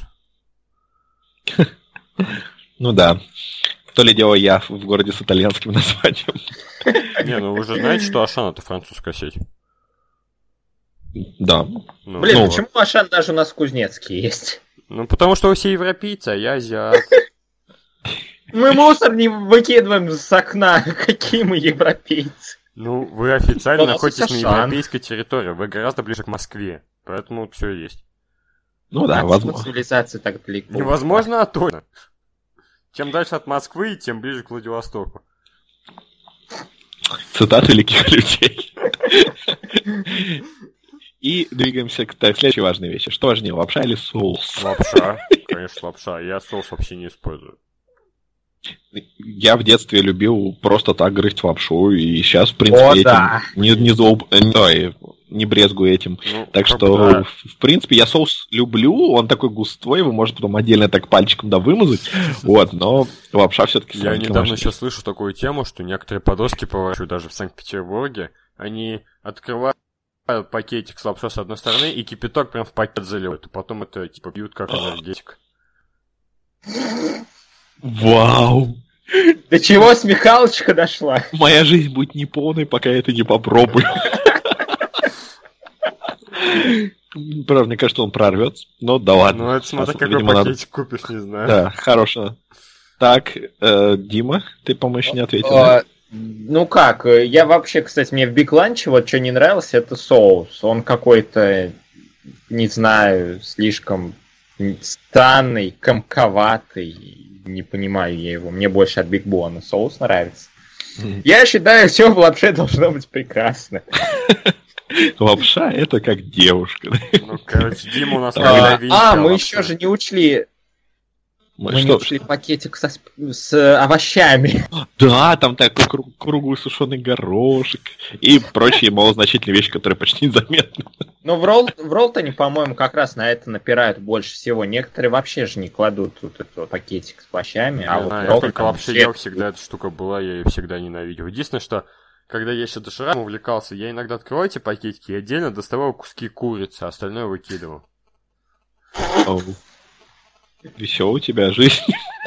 Ну да. То ли дело я в городе с итальянским названием. Не, ну вы же знаете, что Ашан это французская сеть. Да. Ну, Блин, Ну, почему Ашан даже у нас в Кузнецке есть? ну, потому что вы все европейцы, а я азиат. Мы мусор не выкидываем с окна. Какие мы европейцы? Ну, вы официально У нас находитесь есть на Ашан. европейской территории, вы гораздо ближе к Москве, поэтому все есть. Ну да, А возможно. цивилизация так далеко. Невозможно, а точно. Чем дальше от Москвы, тем ближе к Владивостоку. Цитаты великих людей. И двигаемся к той следующей важной вещи. Что важнее, лапша или соус? Лапша, конечно, лапша. Я соус вообще не использую. Я в детстве любил просто так грызть лапшу, и сейчас, в принципе, О, этим да. не, не, злоуп- э, ой, не брезгую этим. Ну, Так как что, бы да. в, в принципе, я соус люблю, он такой густой, его можно потом отдельно так пальчиком да вымазать, вот, но лапша все-таки Я недавно еще слышу такую тему, что некоторые подростки, поворачивают даже в Санкт-Петербурге, они открывают пакетик с лапшой с одной стороны и кипяток прям в пакет заливают, и потом это типа пьют как энергетик. Вау! До чего смехалочка дошла? Моя жизнь будет неполной, пока я это не попробую. Правда, мне кажется, он прорвется, но да ладно. Ну это смотри, Сейчас, какой видимо, надо- пакетик купишь, не знаю. Да, хорошо. Так, э, Дима, ты, по-моему, еще не ответил. да? А, Ну как, э, я вообще, кстати, мне в Биг Ланче вот что не нравилось, это соус. Он какой-то, не знаю, слишком странный, комковатый. Не понимаю я его. Мне больше от Биг Бона соус нравится. Мгм. Я считаю, все в лапше должно быть прекрасно. Лапша — это как девушка. Ну, короче, Дима у нас А, А, мгновенько а, мы лапша. еще же не учли, Мы мы не что- учли пакетик со сп- с овощами. Да, там такой кру- круглый сушеный горошек и прочие малозначительные вещи, которые почти незаметны. Но в, ролл, в Ролтоне, по-моему, как раз на это напирают больше всего. Некоторые вообще же не кладут вот этот пакетик с овощами. А Не вот знаю, в я Ролтоне только там вообще все- ел, всегда эта штука была, я ее всегда ненавидел. Единственное, что когда я еще дошираком увлекался, я иногда открывал эти пакетики и отдельно доставал куски курицы, а остальное выкидывал. Веселая у тебя жизнь.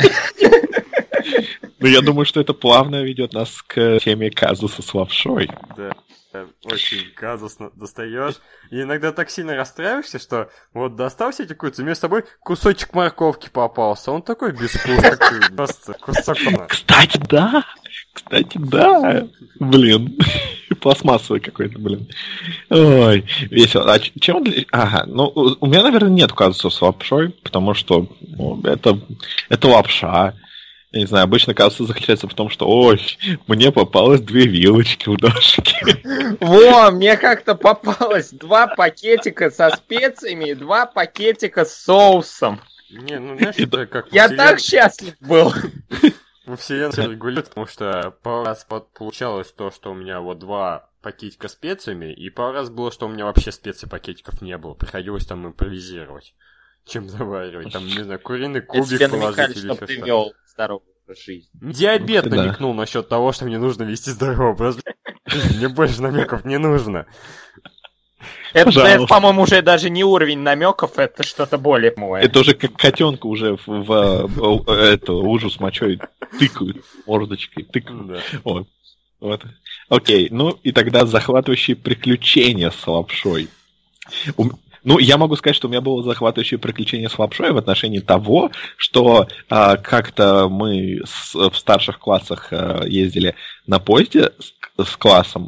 Но я думаю, что это плавно ведет нас к теме казуса с лапшой. Да, да, очень казусно достаешь. И иногда так сильно расстраиваешься, что вот достал себе эти курицы, мне с тобой кусочек морковки попался. Он такой безвкусный, просто кусок. Кстати, да. Кстати, да. Блин. Пластмассовый какой-то, блин. Ой, весело. А ч- чем он для- Ага, ну, у у меня, наверное, нет казуса с лапшой, потому что ну, это, это лапша. Я не знаю, обычно казус заключается в том, что ой, мне попалось две вилочки в дошике. Во, мне как-то попалось два пакетика со специями и два пакетика с соусом. Не, ну знаешь, это как Я вселен- так счастлив был. во вселенной регулирует, потому что пару раз под- получалось то, что у меня вот два пакетика с специями, и пару раз было, что у меня вообще специй пакетиков не было. Приходилось там импровизировать. Чем заваривать? Там, не знаю, куриный Я кубик тебе положить намекали, или что еще ты что-то. вел здоровую жизнь. Диабет Да. намекнул насчет того, что мне нужно вести здоровый образ жизни. Мне больше намеков не нужно. Это, Пожалуйста. это, по-моему, уже даже не уровень намеков, это что-то более мое. Это уже как котенка уже в, в, в- это, лужу с мочой тыкают мордочкой. Тыкают. Да. Вот. Вот. Окей, ну и тогда захватывающие приключения с лапшой. У- Ну, я могу сказать, что у меня было захватывающее приключение с лапшой в отношении того, что а, как-то мы с- в старших классах а, ездили на поезде с, с классом в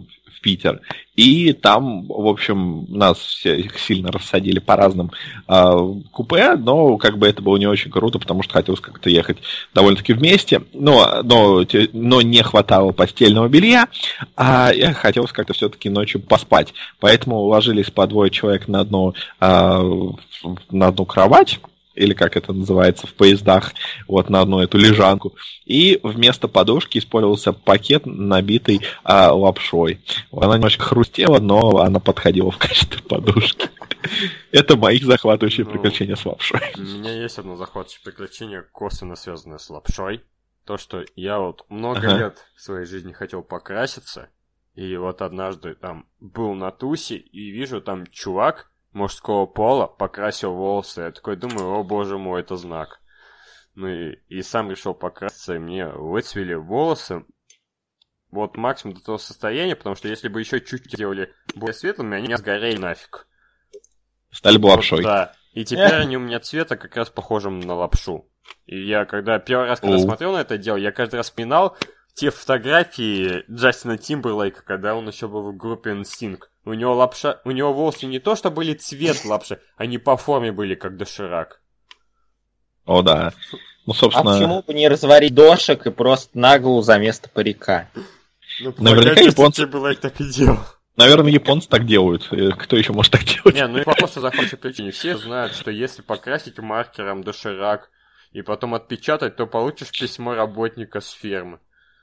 Питер. И там, в общем, нас все сильно рассадили по разным э, купе, но как бы это было не очень круто, потому что хотелось как-то ехать довольно-таки вместе, но, но, но не хватало постельного белья, а я хотелось как-то все-таки ночью поспать. Поэтому ложились по двое человек на одну, э, на одну кровать, или как это называется в поездах, вот на одну эту лежанку. И вместо подушки использовался пакет, набитый а, лапшой. Она немножко хрустела, но она подходила в качестве подушки. Это мои захватывающие приключения с лапшой. У меня есть одно захватывающее приключение, косвенно связанное с лапшой. То, что я вот много ага. лет в своей жизни хотел покраситься, и вот однажды там был на тусе, и вижу там чувак мужского пола покрасил волосы. Я такой думаю, о боже мой, это знак. Ну и, и сам решил покраситься, и мне выцвели волосы вот максимум до того состояния, потому что если бы еще чуть-чуть делали более светлыми, они сгорели нафиг. Стали бы лапшой. Вот, да. И теперь они у меня цвета как раз похожим на лапшу. И я когда первый раз, когда О. смотрел на это дело, я каждый раз вспоминал те фотографии Джастина Тимберлейка, когда он еще был в группе эн синк. У него лапша, у него волосы не то, что были цвет лапши, они по форме были, как доширак. О, да. Ну, собственно... А почему бы не разварить дошек и просто на голову за место парика? Ну, наверняка японцы... Тимберлейк так и делал. Наверное, японцы так делают. Кто еще может так делать? Не, ну и вопрос о захвате причин. Все знают, что если покрасить маркером доширак и потом отпечатать, то получишь письмо работника с фермы.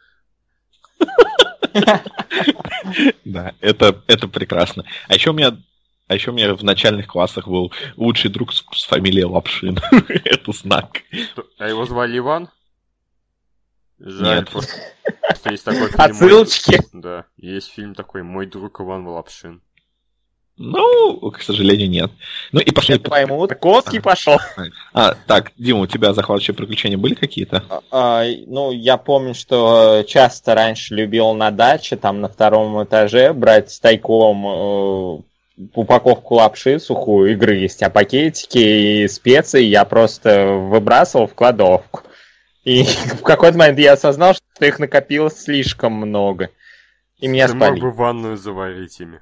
Да, это, это прекрасно. А еще у меня, а еще у меня в начальных классах был лучший друг с, с фамилией Лапшин. Это знак. А его звали Иван? Жаль, Нет. Просто, просто есть такой фильм. Отсылочки. Мой... Да, есть фильм такой «Мой друг Иван Лапшин». Ну, к сожалению, нет. Ну и последний... Пойму, Коцкий а. пошел. А, так, Дима, у тебя захватывающие приключения были какие-то? А, а, ну, я помню, что часто раньше любил на даче, там на втором этаже, брать тайком э, упаковку лапши сухую и грызть, а пакетики и специи я просто выбрасывал в кладовку. И в какой-то момент я осознал, что их накопилось слишком много. И меня Ты спалили. мог бы ванную заварить ими.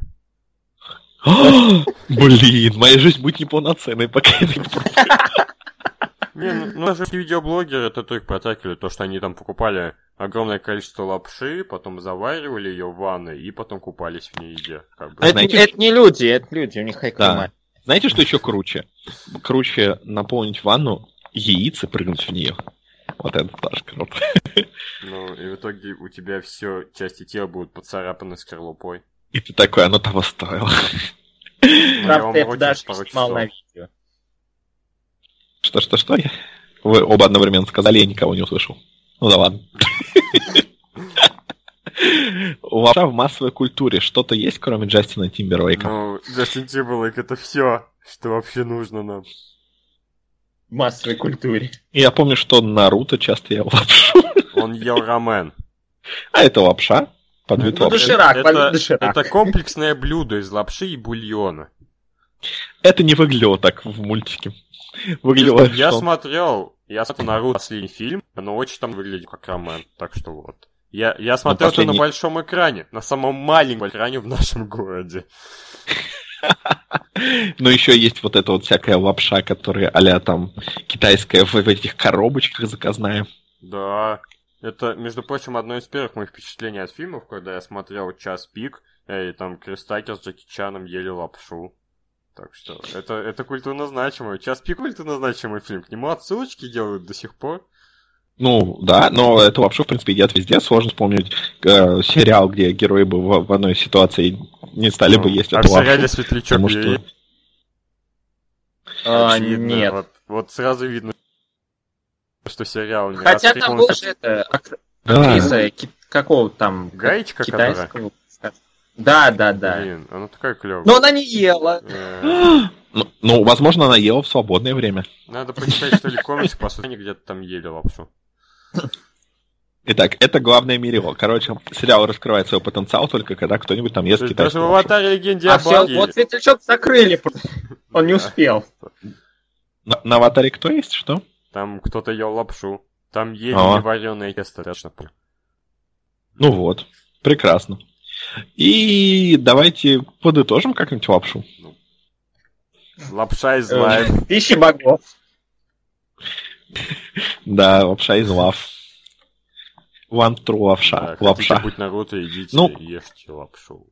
Блин, моя жизнь будет неполноценной, пока я не попробую. Не, ну, ну даже видеоблогеры это только протакивали, то, что они там покупали огромное количество лапши, потом заваривали ее в ванной и потом купались в ней еде. Как бы. Это, Знаете, это не люди, это люди, у них хайкомат. Да. Знаете, что еще круче? Круче наполнить ванну, яиц и прыгнуть в нее. Вот это тоже круто. Ну, и в итоге у тебя все части тела будут поцарапаны скорлупой. И ты такой, оно того стоило. Правда, я даже снимал на видео. Что-что-что? Вы оба одновременно сказали, я никого не услышал. Ну да ладно. Лапша в массовой культуре что-то есть, кроме Джастина Тимберлейка? Ну, Джастин Тимберлейк это все, что вообще нужно нам. В массовой культуре. Я помню, что Наруто часто ел лапшу. Он ел рамен. А это лапша? Подвид ну, лапши. Доширак, это, доширак. Это комплексное блюдо из лапши и бульона. Это не выглядело так в мультике. Выглядело, я что... смотрел, я смотрел Наруто последний фильм, но очень там выглядит как рамен, так что вот. Я, я смотрел последний... это на большом экране, на самом маленьком экране в нашем городе. Но еще есть вот эта вот всякая лапша, которая а-ля там китайская в этих коробочках заказная. Да. Это, между прочим, одно из первых моих впечатлений от фильмов, когда я смотрел «Час пик», и там Крис Такер с Джеки Чаном ели лапшу. Так что это, это культурно значимый. «Час пик» культурно значимый фильм. К нему отсылочки делают до сих пор. Ну, да, но эту лапшу, в принципе, едят везде. Сложно вспомнить э, сериал, где герои бы в, в одной ситуации не стали ну, бы есть а эту лапшу. А в сериале «Светлячок» что... а, нет. Вот, вот сразу видно, что сериал не Хотя там была же это актриса да. ки- какого там Гаечка, китайского. Которая? Да, да, да. Блин, она такая клевая. Но она не ела. ну, ну, возможно, она ела в свободное время. Надо почитать, что ли, комиксы, по сути, они где-то там ели лапшу. Итак, это главное мерило. Короче, сериал раскрывает свой потенциал только когда кто-нибудь там ест китайскую даже в «Аватаре. Легенде а об Аанге». Вот Светлячок закрыли. Он не успел. На, на «Аватаре» кто есть? Что? Там кто-то ел лапшу. Там ели а. вареное тесто, точно. Ну вот, прекрасно. И давайте подытожим как-нибудь лапшу. Лапша из лайф. Пища богов. Да, лапша из лав. One true лапша. Да, лапша. Хотите быть Наруто, идите Ну, и ешьте лапшу.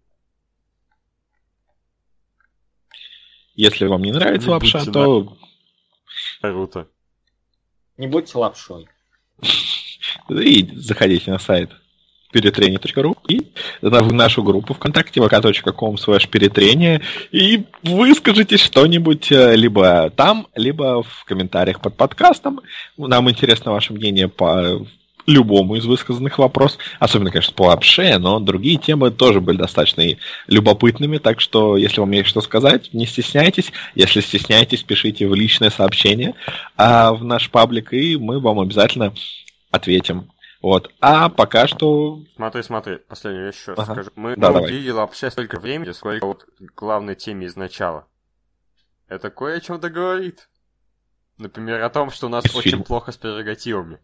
Если вам не нравится Не лапша, будьте то... Наруто. Не будьте лапшой. И заходите на сайт перетрение точка ру и в нашу группу ВКонтакте вэ ка точка ком слэш перетрение и выскажите что-нибудь либо там, либо в комментариях под подкастом. Нам интересно ваше мнение по любому из высказанных вопросов, особенно, конечно, по лапше, но другие темы тоже были достаточно любопытными, так что, если вам есть что сказать, не стесняйтесь. Если стесняетесь, пишите в личное сообщение а, в наш паблик, и мы вам обязательно ответим. Вот. А пока что... Смотри, смотри, последнюю вещь еще Ага. скажу. Мы Да, уделили вообще столько времени, сколько вот главной теме из начала. Это кое о чем договорит. Например, о том, что у нас Фильм. очень плохо с прерогативами.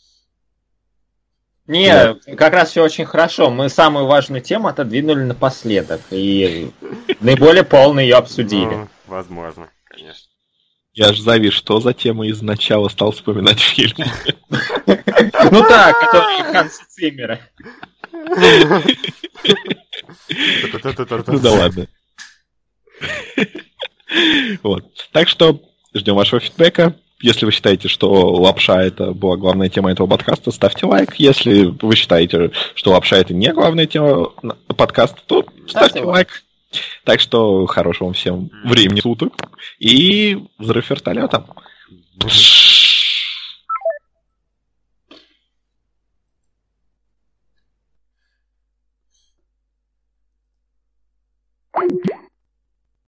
Не, как раз все очень хорошо. Мы самую важную тему отодвинули напоследок. И наиболее полно ее обсудили. Ну, возможно, конечно. Я ж завис, что за тема из начала стал вспоминать фильм. Ну так, который Ханса Циммера. Ну да ладно. Вот. Так что ждем вашего фидбэка. Если вы считаете, что лапша это была главная тема этого подкаста, ставьте лайк. Если вы считаете, что лапша это не главная тема подкаста, то ставьте, ставьте лайк. Так что хорошего вам всем времени суток и взрыв вертолета.